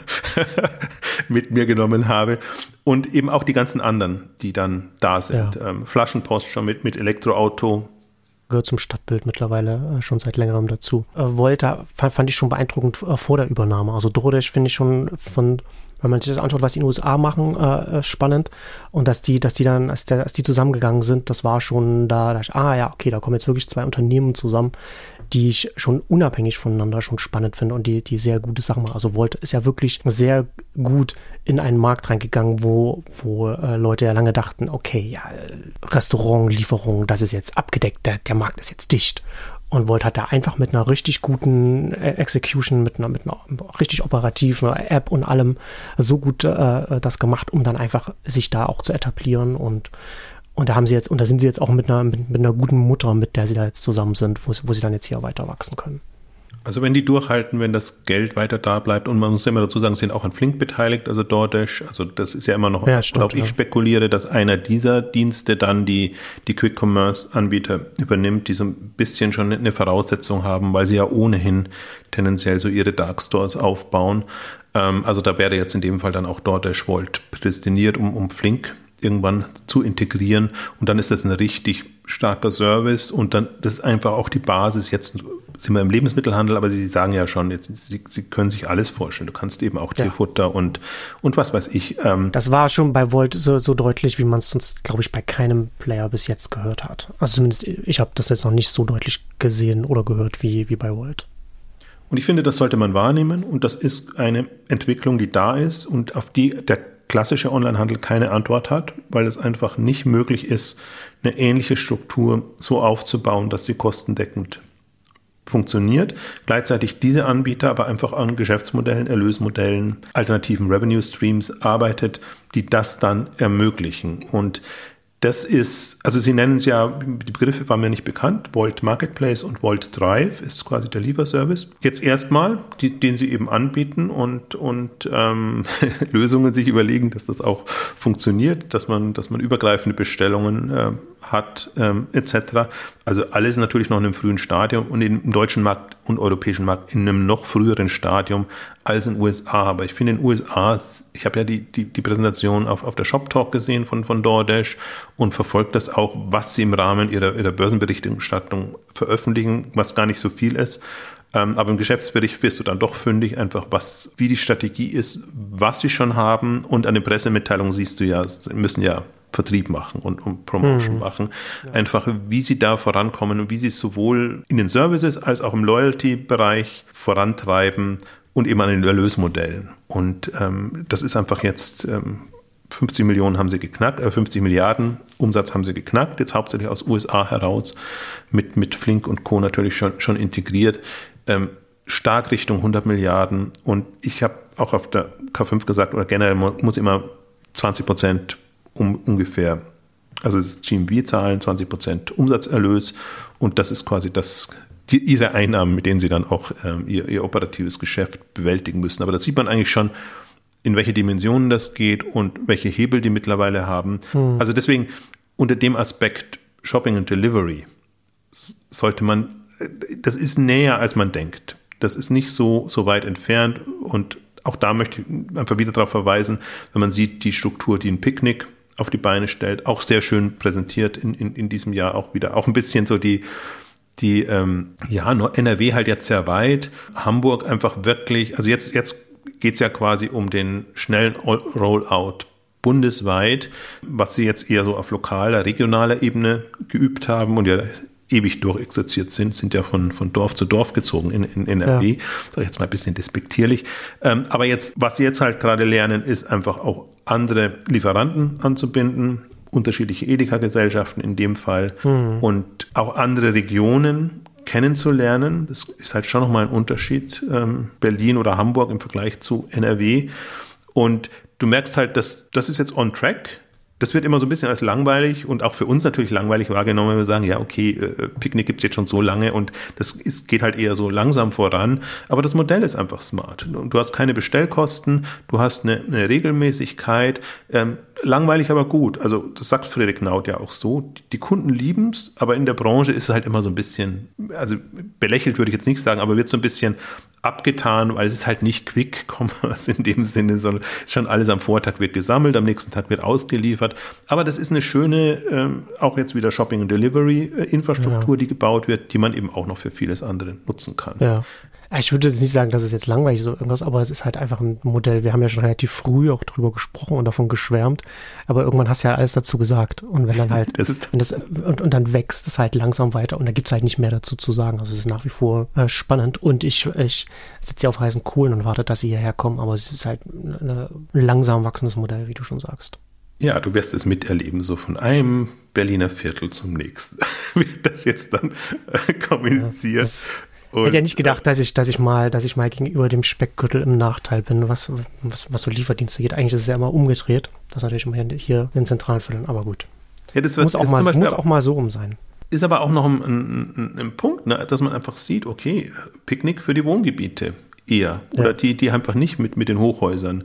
mit mir genommen habe. Und eben auch die ganzen anderen, die dann da sind. Ja. Flaschenpost schon mit Elektroauto. Gehört zum Stadtbild mittlerweile schon seit längerem dazu. Volt fand ich schon beeindruckend vor der Übernahme. Also DoorDash finde ich schon wenn man sich das anschaut, was die in den USA machen, spannend. Und dass die dann, als die zusammengegangen sind, das war schon da ich, okay, da kommen jetzt wirklich zwei Unternehmen zusammen, die ich schon unabhängig voneinander schon spannend finde und die sehr gute Sachen machen. Also Volt ist ja wirklich sehr gut in einen Markt reingegangen, wo Leute ja lange dachten, okay, Restaurantlieferung, das ist jetzt abgedeckt, der Markt ist jetzt dicht. Und Volt hat da einfach mit einer richtig guten Execution, mit einer richtig operativen App und allem so gut das gemacht, um dann einfach sich da auch zu etablieren und da sind sie jetzt auch mit einer guten Mutter, mit der sie da jetzt zusammen sind, wo sie dann jetzt hier weiter wachsen können. Also wenn die durchhalten, wenn das Geld weiter da bleibt und man muss ja immer dazu sagen, sie sind auch an Flink beteiligt, also DoorDash, also das ist ja immer noch, ich spekuliere, dass einer dieser Dienste dann die Quick-Commerce-Anbieter übernimmt, die so ein bisschen schon eine Voraussetzung haben, weil sie ja ohnehin tendenziell so ihre Dark Stores aufbauen. Also da wäre jetzt in dem Fall dann auch DoorDash Volt prädestiniert, um Flink irgendwann zu integrieren und dann ist das ein richtig starker Service und dann, das ist einfach auch die Basis. Jetzt sind wir im Lebensmittelhandel, aber Sie sagen ja schon, jetzt, Sie können sich alles vorstellen. Du kannst eben auch Tierfutter und was weiß ich. Das war schon bei Volt so deutlich, wie man es sonst, glaube ich, bei keinem Player bis jetzt gehört hat. Also zumindest, ich habe das jetzt noch nicht so deutlich gesehen oder gehört wie bei Volt. Und ich finde, das sollte man wahrnehmen und das ist eine Entwicklung, die da ist und auf die der klassische Onlinehandel keine Antwort hat, weil es einfach nicht möglich ist, eine ähnliche Struktur so aufzubauen, dass sie kostendeckend funktioniert. Gleichzeitig diese Anbieter aber einfach an Geschäftsmodellen, Erlösmodellen, alternativen Revenue Streams arbeitet, die das dann ermöglichen. Und das ist, also Sie nennen es ja, die Begriffe waren mir nicht bekannt, Volt Marketplace und Volt Drive ist quasi der Lieferservice. Jetzt erstmal, den Sie eben anbieten und Lösungen sich überlegen, dass das auch funktioniert, dass man übergreifende Bestellungen hat, etc. Also alles natürlich noch in einem frühen Stadium und im deutschen Markt und europäischen Markt in einem noch früheren Stadium als in den USA. Aber ich finde in den USA, ich habe ja die Präsentation auf der Shop Talk gesehen von DoorDash und verfolgt das auch, was sie im Rahmen ihrer Börsenberichterstattung veröffentlichen, was gar nicht so viel ist. Aber im Geschäftsbericht wirst du dann doch fündig, einfach wie die Strategie ist, was sie schon haben und an den Pressemitteilungen siehst du ja, sie müssen ja Vertrieb machen und Promotion machen. Ja. Einfach, wie sie da vorankommen und wie sie es sowohl in den Services als auch im Loyalty-Bereich vorantreiben und eben an den Erlösmodellen. Und das ist einfach jetzt 50 Millionen haben sie geknackt, 50 Milliarden Umsatz haben sie geknackt, jetzt hauptsächlich aus USA heraus, mit Flink und Co. natürlich schon integriert, stark Richtung 100 Milliarden und ich habe auch auf der K5 gesagt, oder generell muss immer 20% ungefähr, also es ist GMV-Zahlen, 20% Umsatzerlös und das ist quasi ihre Einnahmen, mit denen sie dann auch ihr operatives Geschäft bewältigen müssen. Aber da sieht man eigentlich schon, in welche Dimensionen das geht und welche Hebel die mittlerweile haben. Also deswegen unter dem Aspekt Shopping und Delivery sollte man, das ist näher als man denkt. Das ist nicht so weit entfernt und auch da möchte ich einfach wieder darauf verweisen, wenn man sieht, die Struktur, die ein Picknick auf die Beine stellt, auch sehr schön präsentiert in diesem Jahr auch wieder, auch ein bisschen so NRW halt jetzt sehr weit, Hamburg einfach wirklich, also jetzt geht es ja quasi um den schnellen Rollout bundesweit, was sie jetzt eher so auf lokaler, regionaler Ebene geübt haben und ja ewig durchexerziert sind ja von Dorf zu Dorf gezogen in NRW. Ja. Sag ich jetzt mal ein bisschen despektierlich. Aber jetzt, was sie jetzt halt gerade lernen, ist einfach auch andere Lieferanten anzubinden, unterschiedliche Edeka-Gesellschaften in dem Fall und auch andere Regionen kennenzulernen. Das ist halt schon nochmal ein Unterschied, Berlin oder Hamburg im Vergleich zu NRW. Und du merkst halt, das ist jetzt on track. Das wird immer so ein bisschen als langweilig und auch für uns natürlich langweilig wahrgenommen, wenn wir sagen, ja okay, Picknick gibt es jetzt schon so lange und geht halt eher so langsam voran. Aber das Modell ist einfach smart. Und du hast keine Bestellkosten, du hast eine Regelmäßigkeit, langweilig, aber gut. Also das sagt Friedrich Naut ja auch so. Die Kunden lieben es, aber in der Branche ist es halt immer so ein bisschen, also belächelt würde ich jetzt nicht sagen, aber wird so ein bisschen abgetan, weil es ist halt nicht Quick-Commerce in dem Sinne, sondern ist schon alles am Vortag wird gesammelt, am nächsten Tag wird ausgeliefert. Aber das ist eine schöne, auch jetzt wieder Shopping- und Delivery-Infrastruktur, die gebaut wird, die man eben auch noch für vieles andere nutzen kann. Ja. Ich würde jetzt nicht sagen, dass es jetzt langweilig ist oder irgendwas, aber es ist halt einfach ein Modell. Wir haben ja schon relativ früh auch drüber gesprochen und davon geschwärmt, aber irgendwann hast du ja alles dazu gesagt. Und wenn dann halt, und dann wächst es halt langsam weiter und da gibt es halt nicht mehr dazu zu sagen. Also es ist nach wie vor spannend und ich sitze hier auf heißen Kohlen und warte, dass sie hierher kommen, aber es ist halt ein langsam wachsendes Modell, wie du schon sagst. Ja, du wirst es miterleben, so von einem Berliner Viertel zum nächsten, wird das jetzt dann kommuniziert. Ich hätte ja nicht gedacht, dass ich mal gegenüber dem Speckgürtel im Nachteil bin, was so Lieferdienste geht. Eigentlich ist es ja immer umgedreht. Das ist natürlich immer hier in den zentralen Vierteln, aber gut. Ja, das muss auch mal so rum sein. Ist aber auch noch ein Punkt, ne, dass man einfach sieht, okay, Picknick für die Wohngebiete eher. Oder die einfach nicht mit den Hochhäusern,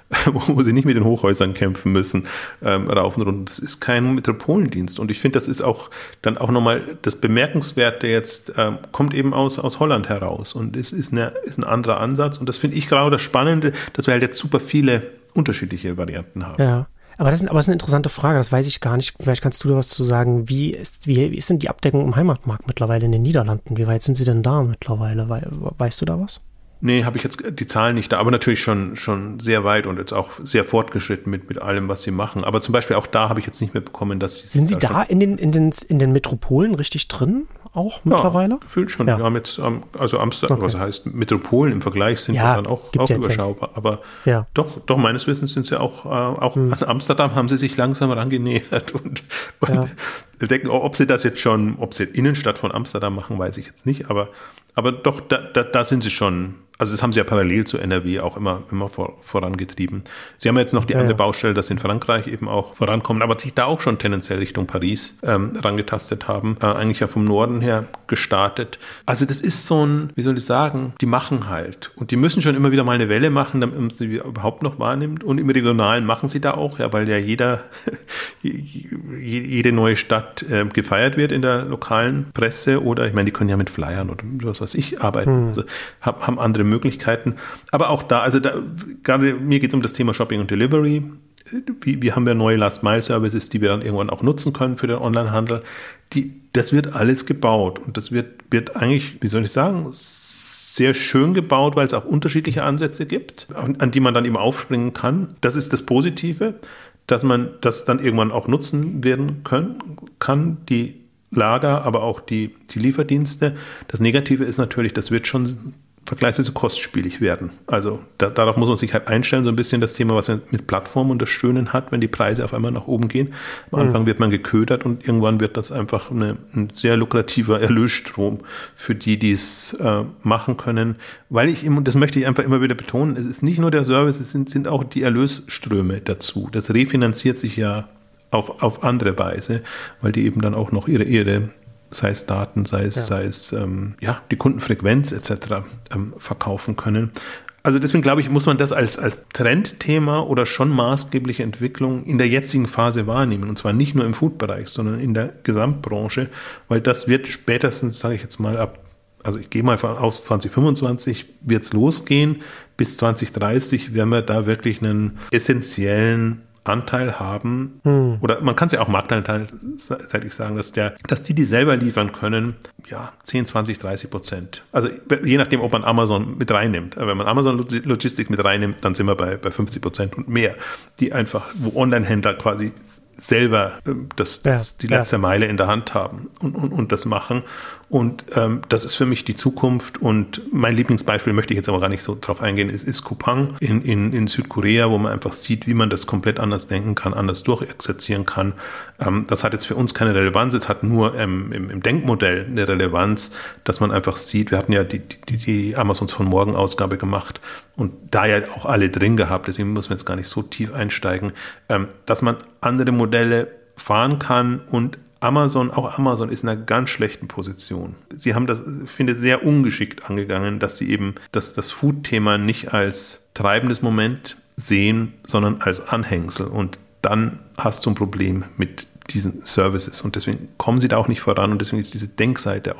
wo sie nicht mit den Hochhäusern kämpfen müssen, rauf und runter. Das ist kein Metropolendienst. Und ich finde, das ist auch dann auch nochmal das Bemerkenswerte jetzt, kommt eben aus Holland heraus. Und es ist ein anderer Ansatz. Und das finde ich gerade das Spannende, dass wir halt jetzt super viele unterschiedliche Varianten haben. Ja. Aber das ist eine interessante Frage, das weiß ich gar nicht. Vielleicht kannst du da was zu sagen. Wie ist denn die Abdeckung im Heimatmarkt mittlerweile in den Niederlanden? Wie weit sind sie denn da mittlerweile? Weißt du da was? Nee, habe ich jetzt die Zahlen nicht da, aber natürlich schon sehr weit und jetzt auch sehr fortgeschritten mit allem, was sie machen. Aber zum Beispiel auch da habe ich jetzt nicht mehr bekommen, dass sie... Sind sie da in den Metropolen richtig drin auch mittlerweile? Ja, gefühlt schon. Ja. Wir haben jetzt, also Amsterdam, was heißt Metropolen im Vergleich sind ja dann auch überschaubar. Aber doch, meines Wissens sind sie auch an Amsterdam haben sie sich langsam rangenähert und denken, ob sie das jetzt schon, ob sie Innenstadt von Amsterdam machen, weiß ich jetzt nicht, aber doch, da sind sie schon, also das haben sie ja parallel zu NRW auch immer vorangetrieben. Sie haben jetzt noch die andere Baustelle, dass sie in Frankreich eben auch vorankommen, aber sich da auch schon tendenziell Richtung Paris rangetastet haben, eigentlich ja vom Norden her gestartet. Also das ist so ein, wie soll ich sagen, die machen halt. Und die müssen schon immer wieder mal eine Welle machen, damit man sie überhaupt noch wahrnimmt. Und im Regionalen machen sie da auch, ja, weil ja jede neue Stadt gefeiert wird in der lokalen Presse oder, ich meine, die können ja mit Flyern oder was ich arbeiten, also haben andere Möglichkeiten. Aber auch da, also gerade mir geht es um das Thema Shopping und Delivery. Wie haben wir neue Last-Mile-Services, die wir dann irgendwann auch nutzen können für den Onlinehandel? Das wird alles gebaut und das wird eigentlich, wie soll ich sagen, sehr schön gebaut, weil es auch unterschiedliche Ansätze gibt, an die man dann eben aufspringen kann. Das ist das Positive, dass man das dann irgendwann auch nutzen werden kann, die Lager, aber auch die Lieferdienste. Das Negative ist natürlich, das wird schon vergleichsweise kostspielig werden. Also darauf muss man sich halt einstellen, so ein bisschen das Thema, was er mit Plattformen und das Stöhnen hat, wenn die Preise auf einmal nach oben gehen. Am Anfang wird man geködert und irgendwann wird das einfach ein sehr lukrativer Erlösstrom für die es machen können. Weil das möchte ich einfach immer wieder betonen, es ist nicht nur der Service, es sind auch die Erlösströme dazu. Das refinanziert sich ja auf andere Weise, weil die eben dann auch noch ihre sei es Daten, sei es die Kundenfrequenz etc. Verkaufen können. Also deswegen glaube ich, muss man das als Trendthema oder schon maßgebliche Entwicklung in der jetzigen Phase wahrnehmen. Und zwar nicht nur im Food-Bereich, sondern in der Gesamtbranche, weil das wird spätestens, sage ich jetzt mal, also ich gehe mal aus 2025 wird es losgehen, bis 2030 werden wir da wirklich einen essentiellen Anteil haben, oder man kann es ja auch marktanteilig sagen, dass die selber liefern können, 10, 20, 30%. Also je nachdem, ob man Amazon mit reinnimmt. Wenn man Amazon Logistik mit reinnimmt, dann sind wir bei 50% und mehr, die einfach, wo Online-Händler quasi selber die letzte Meile in der Hand haben und das machen. Und das ist für mich die Zukunft. Und mein Lieblingsbeispiel, möchte ich jetzt aber gar nicht so drauf eingehen, ist Coupang in Südkorea, wo man einfach sieht, wie man das komplett anders denken kann, anders durchexerzieren kann. Das hat jetzt für uns keine Relevanz, es hat nur im Denkmodell eine Relevanz, dass man einfach sieht, wir hatten ja die Amazons von Morgen Ausgabe gemacht und da ja auch alle drin gehabt, deswegen muss man jetzt gar nicht so tief einsteigen, dass man andere Modelle fahren kann und auch Amazon ist in einer ganz schlechten Position. Sie haben das, finde ich, sehr ungeschickt angegangen, dass sie eben das Food-Thema nicht als treibendes Moment sehen, sondern als Anhängsel. Und dann hast du ein Problem mit diesen Services. Und deswegen kommen sie da auch nicht voran. Und deswegen ist diese Denkweise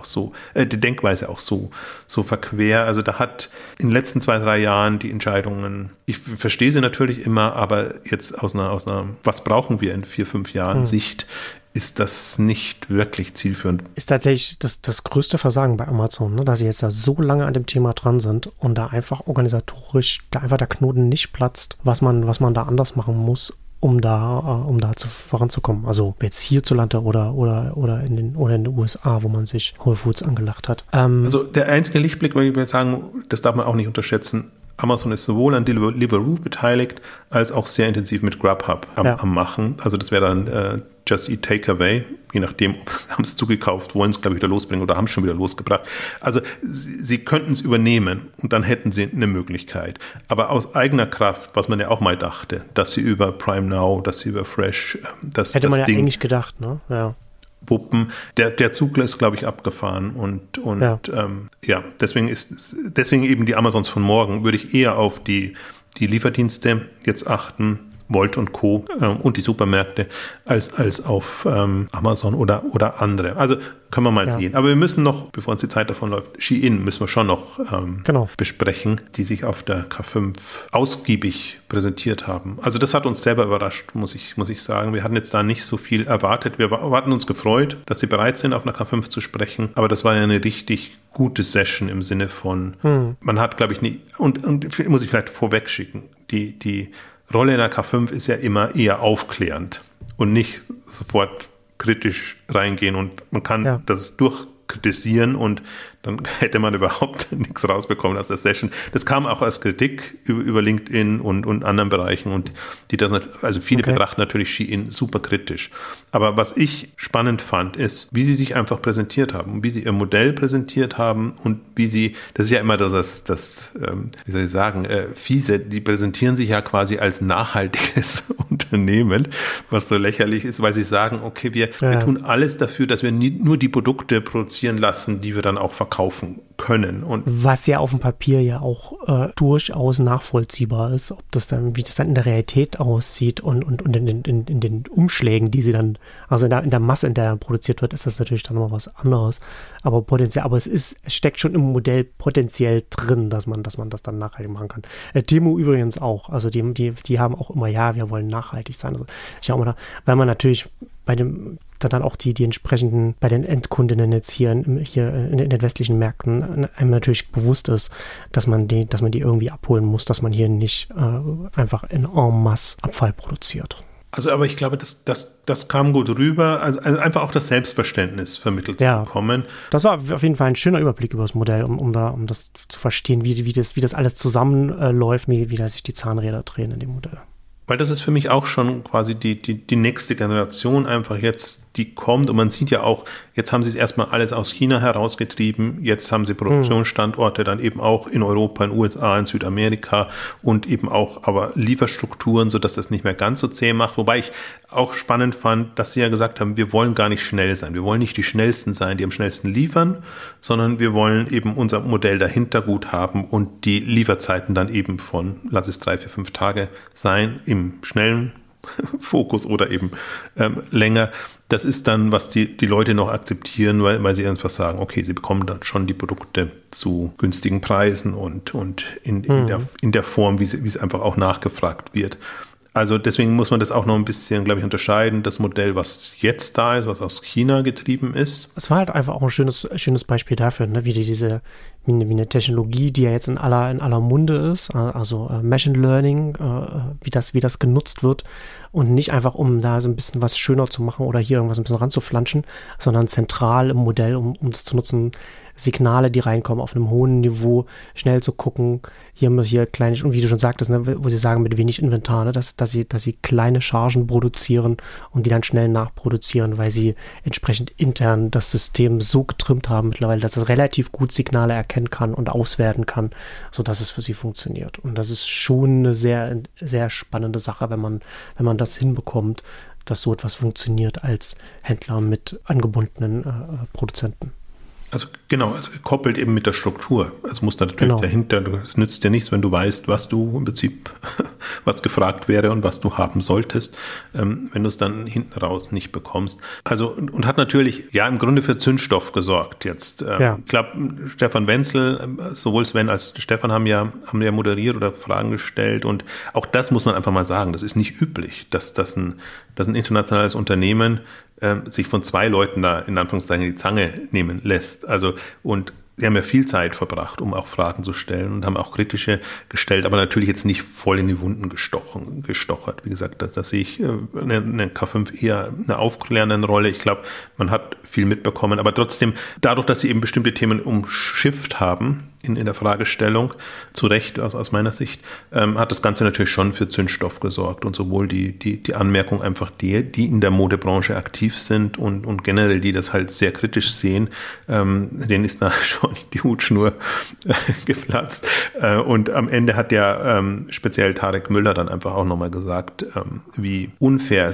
auch so verquer. Also da hat in den letzten 2-3 Jahren die Entscheidungen, ich verstehe sie natürlich immer, aber jetzt aus einer was brauchen wir in 4-5 Jahren Sicht, ist das nicht wirklich zielführend. Ist tatsächlich das größte Versagen bei Amazon, ne? Dass sie jetzt da so lange an dem Thema dran sind und da einfach organisatorisch, da einfach der Knoten nicht platzt, was man da anders machen muss, um da voranzukommen. Also jetzt hierzulande oder in den USA, wo man sich Whole Foods angelacht hat. Also der einzige Lichtblick, würde ich jetzt sagen, das darf man auch nicht unterschätzen. Amazon ist sowohl an Deliveroo beteiligt, als auch sehr intensiv mit Grubhub am Machen. Also das wäre dann Just Eat Takeaway, je nachdem, haben es zugekauft, wollen es, glaube ich, wieder losbringen oder haben es schon wieder losgebracht. Also sie könnten es übernehmen und dann hätten sie eine Möglichkeit. Aber aus eigener Kraft, was man ja auch mal dachte, dass sie über Prime Now, dass sie über Fresh, hätte man ja eigentlich gedacht, ne? Ja. Wuppen. Der Zug ist, glaube ich, abgefahren und deswegen eben die Amazons von morgen würde ich eher auf die Lieferdienste jetzt achten, Volt und Co. Und die Supermärkte als auf Amazon oder andere. Also können wir mal sehen. Aber wir müssen noch, bevor uns die Zeit davon läuft, Shein müssen wir schon noch besprechen, die sich auf der K5 ausgiebig präsentiert haben. Also das hat uns selber überrascht, muss ich sagen. Wir hatten jetzt da nicht so viel erwartet. Wir hatten uns gefreut, dass sie bereit sind, auf einer K5 zu sprechen. Aber das war ja eine richtig gute Session im Sinne von, man hat, glaube ich, nie, und muss ich vielleicht vorweg schicken, die Rolle in der K5 ist ja immer eher aufklärend und nicht sofort kritisch reingehen und man kann das durchkritisieren und dann hätte man überhaupt nichts rausbekommen aus der Session. Das kam auch als Kritik über LinkedIn und anderen Bereichen und viele betrachten natürlich Shein super kritisch. Aber was ich spannend fand, ist, wie sie sich einfach präsentiert haben, wie sie ihr Modell präsentiert haben und wie sie, das ist ja immer das wie soll ich sagen, fiese, die präsentieren sich ja quasi als nachhaltiges Unternehmen, was so lächerlich ist, weil sie sagen, okay, wir tun alles dafür, dass wir nur die Produkte produzieren lassen, die wir dann auch verkaufen können. Und was ja auf dem Papier ja auch durchaus nachvollziehbar ist, wie das dann in der Realität aussieht und in den Umschlägen, die sie dann, also in der Masse, in der produziert wird, ist das natürlich dann nochmal was anderes. Aber es steckt schon im Modell potenziell drin, dass man das dann nachhaltig machen kann. Temu übrigens auch. Also die haben auch immer, wir wollen nachhaltig sein. Also ich auch immer da, weil man natürlich dann auch die entsprechenden, bei den Endkundinnen jetzt hier in den westlichen Märkten einem natürlich bewusst ist, dass man die irgendwie abholen muss, dass man hier nicht einfach in en masse Abfall produziert. Also, aber ich glaube, das kam gut rüber, also einfach auch das Selbstverständnis vermittelt zu bekommen. Das war auf jeden Fall ein schöner Überblick über das Modell, um das zu verstehen, wie das alles zusammenläuft, wie da sich die Zahnräder drehen in dem Modell. Weil das ist für mich auch schon quasi die nächste Generation einfach jetzt, die kommt. Und man sieht ja auch, jetzt haben sie es erstmal alles aus China herausgetrieben. Jetzt haben sie Produktionsstandorte dann eben auch in Europa, in den USA, in Südamerika und eben auch aber Lieferstrukturen, sodass das nicht mehr ganz so zäh macht. Wobei ich auch spannend fand, dass sie ja gesagt haben, wir wollen gar nicht schnell sein. Wir wollen nicht die Schnellsten sein, die am schnellsten liefern, sondern wir wollen eben unser Modell dahinter gut haben und die Lieferzeiten dann eben von, lass es 3, 4, 5 Tage sein, im schnellen Fokus oder eben länger. Das ist dann, was die Leute noch akzeptieren, weil sie einfach sagen, okay, sie bekommen dann schon die Produkte zu günstigen Preisen und in der Form, wie es einfach auch nachgefragt wird. Also deswegen muss man das auch noch ein bisschen, glaube ich, unterscheiden. Das Modell, was jetzt da ist, was aus China getrieben ist. Es war halt einfach auch ein schönes Beispiel dafür, ne? wie eine Technologie, die ja jetzt in aller Munde ist, also Machine Learning, wie das genutzt wird und nicht einfach, um da so ein bisschen was schöner zu machen oder hier irgendwas ein bisschen ranzuflanschen, sondern zentral im Modell, um das zu nutzen, Signale, die reinkommen, auf einem hohen Niveau, schnell zu gucken, hier kleine, und wie du schon sagtest, ne, wo sie sagen, mit wenig Inventar, ne, dass sie kleine Chargen produzieren und die dann schnell nachproduzieren, weil sie entsprechend intern das System so getrimmt haben mittlerweile, dass es relativ gut Signale erkennen kann und auswerten kann, sodass es für sie funktioniert. Und das ist schon eine sehr, sehr spannende Sache, wenn man das hinbekommt, dass so etwas funktioniert als Händler mit angebundenen Produzenten. Also genau, also gekoppelt eben mit der Struktur. Es muss da natürlich dahinter, es nützt dir nichts, wenn du weißt, was du im Prinzip, was gefragt wäre und was du haben solltest, wenn du es dann hinten raus nicht bekommst. Also und hat natürlich ja im Grunde für Zündstoff gesorgt jetzt. Ich glaube, Stefan Wenzel, sowohl Sven als Stefan haben ja moderiert oder Fragen gestellt und auch das muss man einfach mal sagen, das ist nicht üblich, dass ein internationales Unternehmen sich von 2 Leuten da in Anführungszeichen die Zange nehmen lässt. Also und sie haben ja viel Zeit verbracht, um auch Fragen zu stellen und haben auch kritische gestellt, aber natürlich jetzt nicht voll in die Wunden gestochert. Wie gesagt, da sehe ich eine K5 eher eine aufklärende Rolle. Ich glaube, man hat viel mitbekommen, aber trotzdem, dadurch, dass sie eben bestimmte Themen umschifft haben in der Fragestellung, zu Recht aus meiner Sicht, hat das Ganze natürlich schon für Zündstoff gesorgt und sowohl die Anmerkung einfach die in der Modebranche aktiv sind und generell die das halt sehr kritisch sehen, denen ist da schon die Hutschnur geplatzt. Und am Ende hat ja speziell Tarek Müller dann einfach auch nochmal gesagt, wie unfair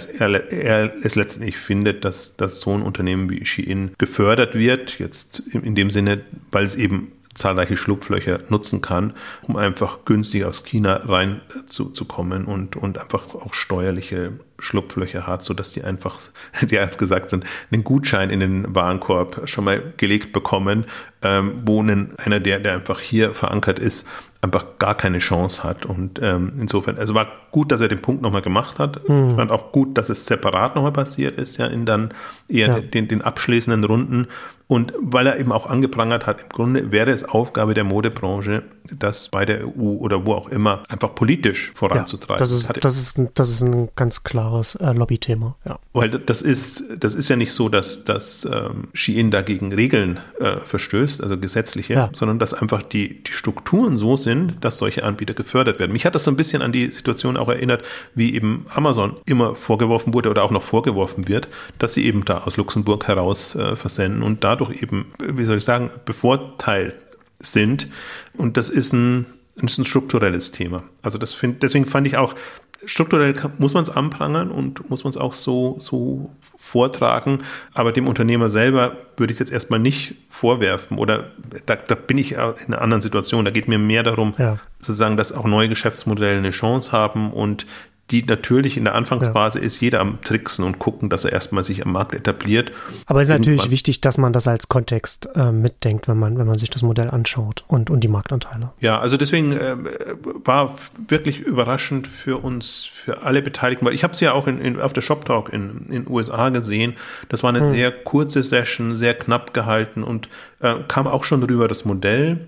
er es letztendlich findet, dass so ein Unternehmen wie Shein gefördert wird, jetzt in dem Sinne, weil es eben zahlreiche Schlupflöcher nutzen kann, um einfach günstig aus China rein zu kommen und einfach auch steuerliche Schlupflöcher hat, sodass die einfach, sie hat gesagt, sind, einen Gutschein in den Warenkorb schon mal gelegt bekommen, wo einer, der einfach hier verankert ist, einfach gar keine Chance hat. Und insofern, also war gut, dass er den Punkt nochmal gemacht hat. Ich fand auch gut, dass es separat nochmal passiert ist, ja, in dann eher den abschließenden Runden. Und weil er eben auch angeprangert hat, im Grunde wäre es Aufgabe der Modebranche, das bei der EU oder wo auch immer einfach politisch voranzutreiben. Ja, das ist ein ganz klares Lobbythema. Ja. Weil das ist ja nicht so, dass Shein dagegen Regeln verstößt, also gesetzliche, sondern dass einfach die Strukturen so sind, dass solche Anbieter gefördert werden. Mich hat das so ein bisschen an die Situation auch erinnert, wie eben Amazon immer vorgeworfen wurde oder auch noch vorgeworfen wird, dass sie eben da aus Luxemburg heraus versenden und dadurch eben, wie soll ich sagen, bevorteilt sind. Und das ist ein strukturelles Thema. Also deswegen fand ich auch, strukturell muss man es anprangern und muss man es auch so vortragen, aber dem Unternehmer selber würde ich es jetzt erstmal nicht vorwerfen oder da bin ich in einer anderen Situation. Da geht mir mehr darum, sozusagen, dass auch neue Geschäftsmodelle eine Chance haben und die natürlich in der Anfangsphase ist jeder am Tricksen und gucken, dass er erstmal sich am Markt etabliert. Aber es ist natürlich wichtig, dass man das als Kontext mitdenkt, wenn man sich das Modell anschaut und die Marktanteile. Ja, also deswegen war wirklich überraschend für uns, für alle Beteiligten, weil ich habe es ja auch auf der Shop Talk in USA gesehen. Das war eine sehr kurze Session, sehr knapp gehalten und kam auch schon rüber das Modell.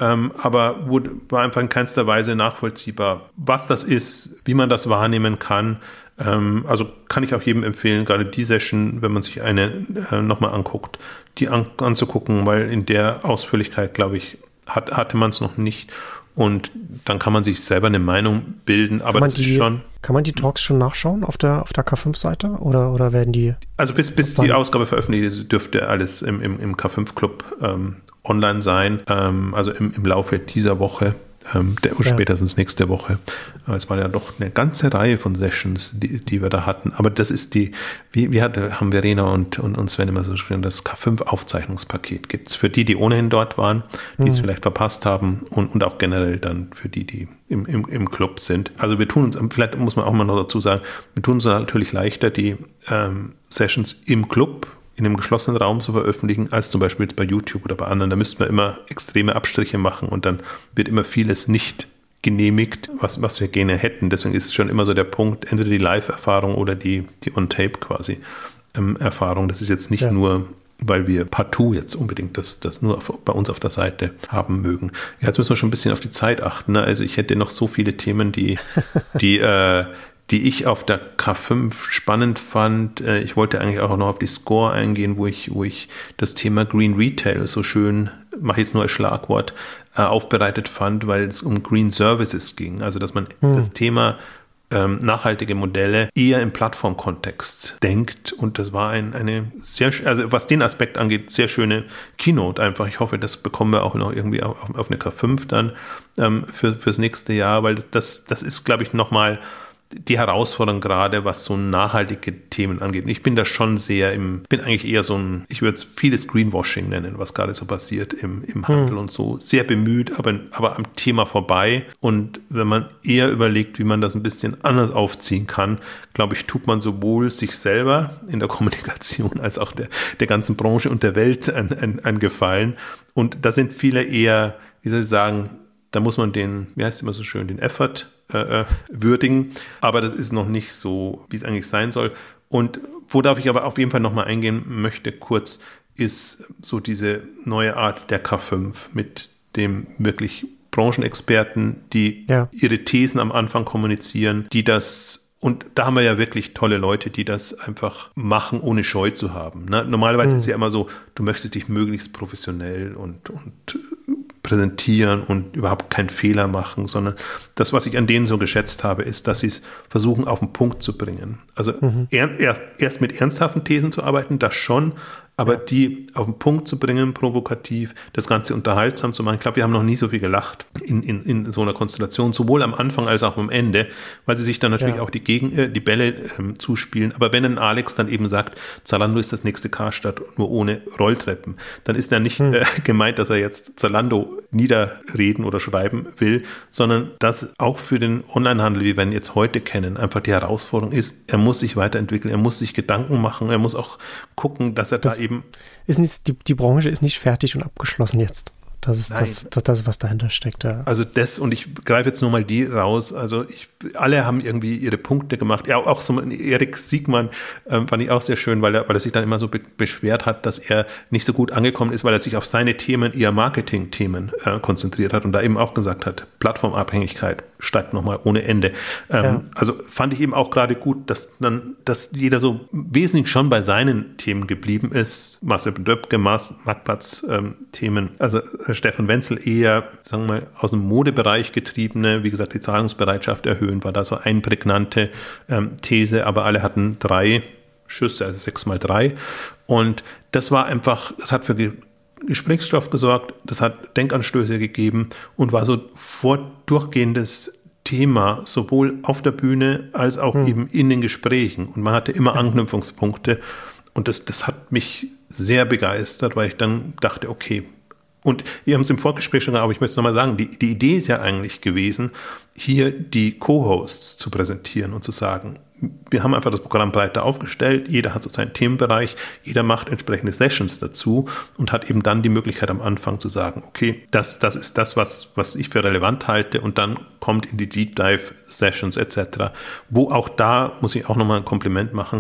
Aber war einfach in keinster Weise nachvollziehbar, was das ist, wie man das wahrnehmen kann. Also kann ich auch jedem empfehlen, gerade die Session, wenn man sich eine nochmal anguckt, die anzugucken, weil in der Ausführlichkeit, glaube ich, hatte man es noch nicht. Und dann kann man sich selber eine Meinung bilden. Aber das ist schon. Kann man die Talks schon nachschauen auf der K5-Seite? Oder werden die. Also bis die Ausgabe veröffentlicht ist, dürfte alles im K5-Club online sein. Also im Laufe dieser Woche. Spätestens nächste Woche. Es war ja doch eine ganze Reihe von Sessions, die wir da hatten. Aber das ist haben Verena und Sven immer so schön, das K5-Aufzeichnungspaket gibt es für die ohnehin dort waren, die es vielleicht verpasst haben und auch generell dann für die im Club sind. Also wir tun uns, vielleicht muss man auch mal noch dazu sagen, wir tun uns natürlich leichter, die Sessions im Club in einem geschlossenen Raum zu veröffentlichen, als zum Beispiel jetzt bei YouTube oder bei anderen. Da müssten wir immer extreme Abstriche machen und dann wird immer vieles nicht genehmigt, was wir gerne hätten. Deswegen ist es schon immer so der Punkt, entweder die Live-Erfahrung oder die On-Tape quasi Erfahrung. Das ist jetzt nicht nur, weil wir partout jetzt unbedingt das nur bei uns auf der Seite haben mögen. Ja, jetzt müssen wir schon ein bisschen auf die Zeit achten. Ne? Also ich hätte noch so viele Themen, die ich auf der K5 spannend fand. Ich wollte eigentlich auch noch auf die Score eingehen, wo ich das Thema Green Retail so schön, mache ich jetzt nur als Schlagwort, aufbereitet fand, weil es um Green Services ging. Also dass man das Thema nachhaltige Modelle eher im Plattformkontext denkt. Und das war eine sehr, also was den Aspekt angeht, sehr schöne Keynote einfach. Ich hoffe, das bekommen wir auch noch irgendwie auf eine K5 dann fürs nächste Jahr, weil das ist, glaube ich, nochmal die Herausforderung gerade, was so nachhaltige Themen angeht. Und ich bin da schon bin eigentlich eher ich würde es vieles Greenwashing nennen, was gerade so passiert im Handel und so. Sehr bemüht, aber am Thema vorbei. Und wenn man eher überlegt, wie man das ein bisschen anders aufziehen kann, glaube ich, tut man sowohl sich selber in der Kommunikation als auch der ganzen Branche und der Welt ein Gefallen. Und da sind viele eher, wie soll ich sagen, da muss man wie heißt es immer so schön, den Effort würdigen, aber das ist noch nicht so, wie es eigentlich sein soll. Und worauf ich aber auf jeden Fall nochmal eingehen möchte, kurz, ist so diese neue Art der K5 mit dem wirklich Branchenexperten, die ihre Thesen am Anfang kommunizieren, und da haben wir ja wirklich tolle Leute, die das einfach machen, ohne Scheu zu haben. Ne? Normalerweise ist es ja immer so, du möchtest dich möglichst professionell und präsentieren und überhaupt keinen Fehler machen, sondern das, was ich an denen so geschätzt habe, ist, dass sie es versuchen, auf den Punkt zu bringen. Also erst mit ernsthaften Thesen zu arbeiten, das schon, aber die auf den Punkt zu bringen, provokativ, das Ganze unterhaltsam zu machen. Ich glaube, wir haben noch nie so viel gelacht in so einer Konstellation, sowohl am Anfang als auch am Ende, weil sie sich dann natürlich auch die Bälle zuspielen. Aber wenn ein Alex dann eben sagt, Zalando ist das nächste Karstadt, nur ohne Rolltreppen, dann ist ja nicht gemeint, dass er jetzt Zalando niederreden oder schreiben will, sondern dass auch für den Onlinehandel, wie wir ihn jetzt heute kennen, einfach die Herausforderung ist, er muss sich weiterentwickeln, er muss sich Gedanken machen, er muss auch gucken, dass er die Branche ist nicht fertig und abgeschlossen jetzt. Das ist das, was dahinter steckt. Ja. Also und ich greife jetzt nur mal die raus. Also alle haben irgendwie ihre Punkte gemacht. Ja, auch so Erik Siegmann fand ich auch sehr schön, weil er sich dann immer so beschwert hat, dass er nicht so gut angekommen ist, weil er sich auf seine Themen, eher Marketing-Themen konzentriert hat und da eben auch gesagt hat, Plattformabhängigkeit steigt nochmal ohne Ende. Also fand ich eben auch gerade gut, dass jeder so wesentlich schon bei seinen Themen geblieben ist. Marcel Döpke, Marktplatz Themen, also Stefan Wenzel eher, sagen wir mal, aus dem Modebereich getriebene, wie gesagt, die Zahlungsbereitschaft erhöhen, war da so eine prägnante These, aber alle hatten 3 Schüsse, also 6x3. Und das war einfach, das hat für Gesprächsstoff gesorgt, das hat Denkanstöße gegeben und war so durchgehendes Thema, sowohl auf der Bühne als auch eben in den Gesprächen. Und man hatte immer Anknüpfungspunkte. Und das hat mich sehr begeistert, weil ich dann dachte, okay, und wir haben es im Vorgespräch schon gesagt, aber ich möchte es nochmal sagen, die Idee ist ja eigentlich gewesen, hier die Co-Hosts zu präsentieren und zu sagen, wir haben einfach das Programm breiter aufgestellt, jeder hat so seinen Themenbereich, jeder macht entsprechende Sessions dazu und hat eben dann die Möglichkeit am Anfang zu sagen, okay, das ist das, was ich für relevant halte und dann kommt in die Deep Dive Sessions etc., wo auch da, muss ich auch nochmal ein Kompliment machen,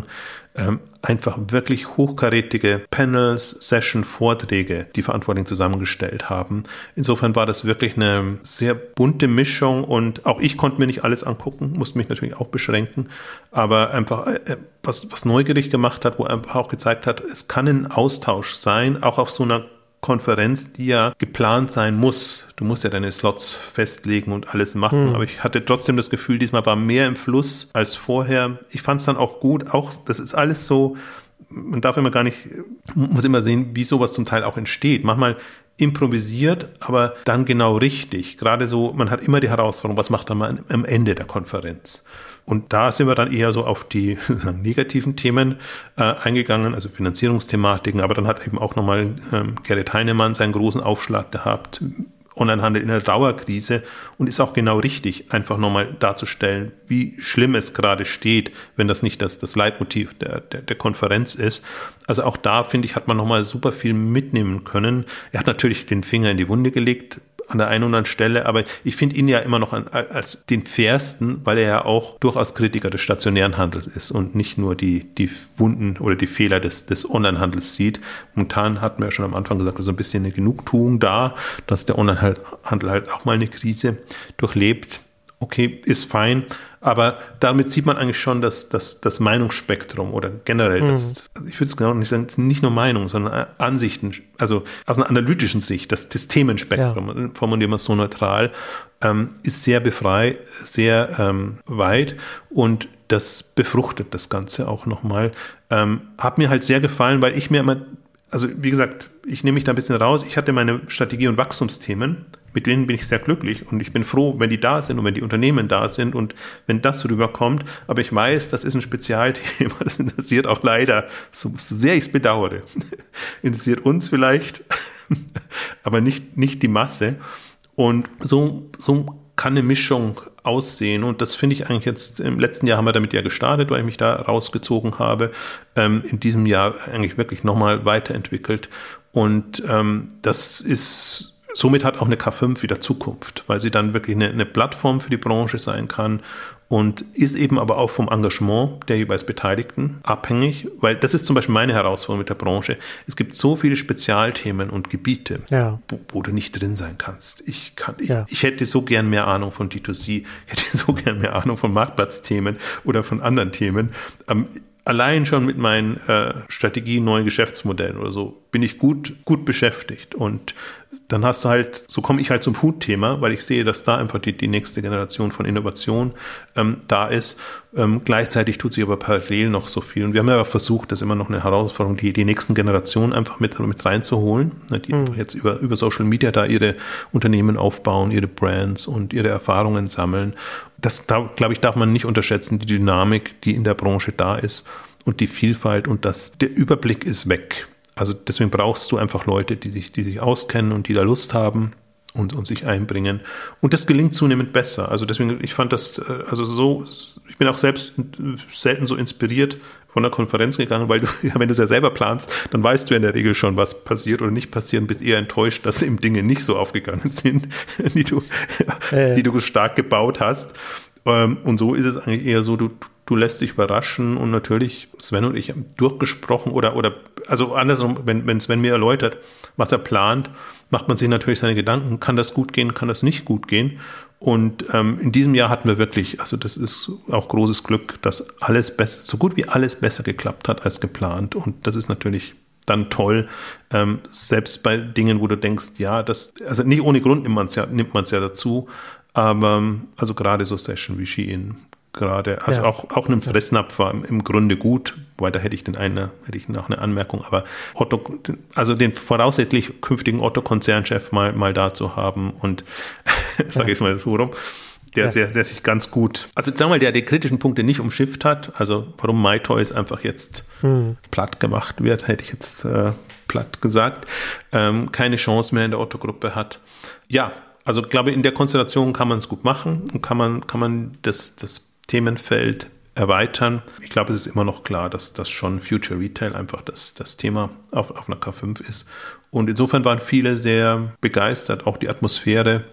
einfach wirklich hochkarätige Panels, Session, Vorträge, die Verantwortlichen zusammengestellt haben. Insofern war das wirklich eine sehr bunte Mischung und auch ich konnte mir nicht alles angucken, musste mich natürlich auch beschränken, aber einfach was neugierig gemacht hat, wo einfach auch gezeigt hat, es kann ein Austausch sein, auch auf so einer Konferenz, die ja geplant sein muss. Du musst ja deine Slots festlegen und alles machen, aber ich hatte trotzdem das Gefühl, diesmal war mehr im Fluss als vorher. Ich fand es dann auch gut, auch das ist alles so, man darf immer gar nicht, muss immer sehen, wie sowas zum Teil auch entsteht. Manchmal improvisiert, aber dann genau richtig. Gerade so, man hat immer die Herausforderung, was macht man am Ende der Konferenz? Und da sind wir dann eher so auf die negativen Themen eingegangen, also Finanzierungsthematiken, aber dann hat eben auch nochmal Gerrit Heinemann seinen großen Aufschlag gehabt, Onlinehandel in der Dauerkrise, und ist auch genau richtig, einfach nochmal darzustellen, wie schlimm es gerade steht, wenn das nicht das Leitmotiv der Konferenz ist. Also auch da, finde ich, hat man nochmal super viel mitnehmen können. Er hat natürlich den Finger in die Wunde gelegt, an der einen oder anderen Stelle, aber ich finde ihn ja immer noch als den fairsten, weil er ja auch durchaus Kritiker des stationären Handels ist und nicht nur die Wunden oder die Fehler des Onlinehandels sieht. Momentan hatten wir ja schon am Anfang gesagt, so ein bisschen eine Genugtuung da, dass der Onlinehandel halt auch mal eine Krise durchlebt. Okay, ist fein, aber damit sieht man eigentlich schon das Meinungsspektrum oder generell ich würde es genau nicht sagen, nicht nur Meinung, sondern Ansichten, also aus einer analytischen Sicht, das Themenspektrum, formulieren wir es so neutral, ist sehr befreit, sehr weit, und das befruchtet das Ganze auch nochmal. Hat mir halt sehr gefallen, weil ich mir immer, also wie gesagt, ich nehme mich da ein bisschen raus, ich hatte meine Strategie- und Wachstumsthemen, mit denen bin ich sehr glücklich und ich bin froh, wenn die da sind und wenn die Unternehmen da sind und wenn das rüberkommt. Aber ich weiß, das ist ein Spezialthema, das interessiert auch leider, so sehr ich es bedauere, interessiert uns vielleicht, aber nicht die Masse. Und so kann eine Mischung aussehen, und das finde ich eigentlich jetzt, im letzten Jahr haben wir damit ja gestartet, weil ich mich da rausgezogen habe, in diesem Jahr eigentlich wirklich nochmal weiterentwickelt, und das ist, somit hat auch eine K5 wieder Zukunft, weil sie dann wirklich eine Plattform für die Branche sein kann und ist eben aber auch vom Engagement der jeweils Beteiligten abhängig, weil das ist zum Beispiel meine Herausforderung mit der Branche. Es gibt so viele Spezialthemen und Gebiete, wo du nicht drin sein kannst. Ich hätte so gern mehr Ahnung von D2C, ich hätte so gern mehr Ahnung von Marktplatzthemen oder von anderen Themen. Allein schon mit meinen Strategien, neuen Geschäftsmodellen oder so, bin ich gut beschäftigt. Und dann hast du halt, so komme ich halt zum Food-Thema, weil ich sehe, dass da einfach die nächste Generation von Innovation da ist. Gleichzeitig tut sich aber parallel noch so viel. Und wir haben ja versucht, das ist immer noch eine Herausforderung, die nächsten Generationen einfach mit reinzuholen, die einfach jetzt über Social Media da ihre Unternehmen aufbauen, ihre Brands und ihre Erfahrungen sammeln. Das, glaube ich, darf man nicht unterschätzen, die Dynamik, die in der Branche da ist und die Vielfalt, und der Überblick ist weg. Also deswegen brauchst du einfach Leute, die sich auskennen und die da Lust haben und sich einbringen. Und das gelingt zunehmend besser. Also deswegen, ich fand das, ich bin auch selbst selten so inspiriert von der Konferenz gegangen, weil wenn du es ja selber planst, dann weißt du in der Regel schon, was passiert oder nicht passiert, und bist eher enttäuscht, dass eben Dinge nicht so aufgegangen sind, die du stark gebaut hast. Und so ist es eigentlich eher so, du lässt dich überraschen, und natürlich, Sven und ich haben durchgesprochen also andersrum, wenn Sven mir erläutert, was er plant, macht man sich natürlich seine Gedanken, kann das gut gehen, kann das nicht gut gehen. Und in diesem Jahr hatten wir wirklich, also das ist auch großes Glück, dass so gut wie alles besser geklappt hat als geplant, und das ist natürlich dann toll, selbst bei Dingen, wo du denkst, also nicht ohne Grund nimmt man es ja dazu, aber also gerade so Session wie Shein, auch einem Fressnapf war im Grunde gut, weil da hätte ich noch eine Anmerkung, aber Otto, also den voraussichtlich künftigen Otto-Konzernchef mal da zu haben, und sage ich es mal so rum, der sich ganz gut, also sagen wir mal, der die kritischen Punkte nicht umschifft hat, also warum MyToys einfach jetzt platt gemacht wird, hätte ich jetzt platt gesagt, keine Chance mehr in der Otto-Gruppe hat. Ja, also ich glaube, in der Konstellation kann man es gut machen und kann man das Themenfeld erweitern. Ich glaube, es ist immer noch klar, dass das schon Future Retail einfach das Thema auf einer K5 ist. Und insofern waren viele sehr begeistert. Auch die Atmosphäre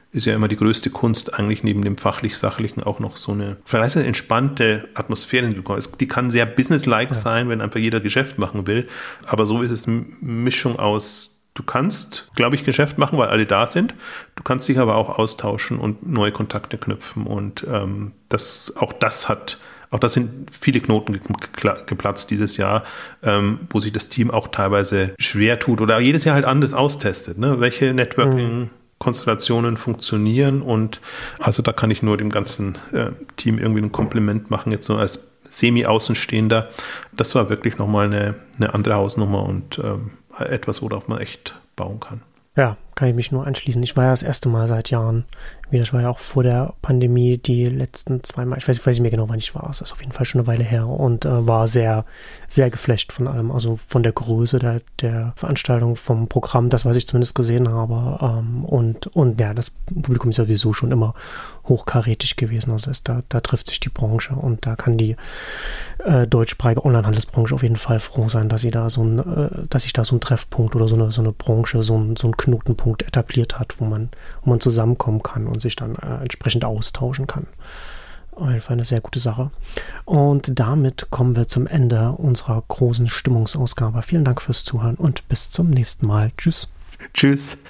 ist ja immer die größte Kunst, eigentlich neben dem fachlich-sachlichen auch noch so eine vergleichsweise entspannte Atmosphäre zu bekommen. Die kann sehr businesslike sein, wenn einfach jeder Geschäft machen will, aber so ist es eine Mischung aus, du kannst, glaube ich, Geschäft machen, weil alle da sind. Du kannst dich aber auch austauschen und neue Kontakte knüpfen. Und auch das sind viele Knoten geplatzt dieses Jahr, wo sich das Team auch teilweise schwer tut oder jedes Jahr halt anders austestet. Ne? Welche Networking-Konstellationen funktionieren. Und also da kann ich nur dem ganzen Team irgendwie ein Kompliment machen, jetzt so als Semi-Außenstehender. Das war wirklich nochmal eine andere Hausnummer und etwas, worauf man echt bauen kann. Ja, kann ich mich nur anschließen. Ich war ja das erste Mal seit Jahren wieder. Ich war ja auch vor der Pandemie die letzten 2 Mal. Ich weiß nicht mehr genau, wann ich war. Es ist auf jeden Fall schon eine Weile her und war sehr, sehr geflasht von allem. Also von der Größe der Veranstaltung, vom Programm, das, was ich zumindest gesehen habe. Und ja, das Publikum ist ja sowieso schon immer hochkarätig gewesen. Also da trifft sich die Branche und da kann die deutschsprachige Onlinehandelsbranche auf jeden Fall froh sein, dass sich da so ein Treffpunkt oder so eine Branche, so ein Knotenpunkt etabliert hat, wo man zusammenkommen kann und sich dann entsprechend austauschen kann. Auf jeden Fall eine sehr gute Sache. Und damit kommen wir zum Ende unserer großen Stimmungsausgabe. Vielen Dank fürs Zuhören und bis zum nächsten Mal. Tschüss. Tschüss.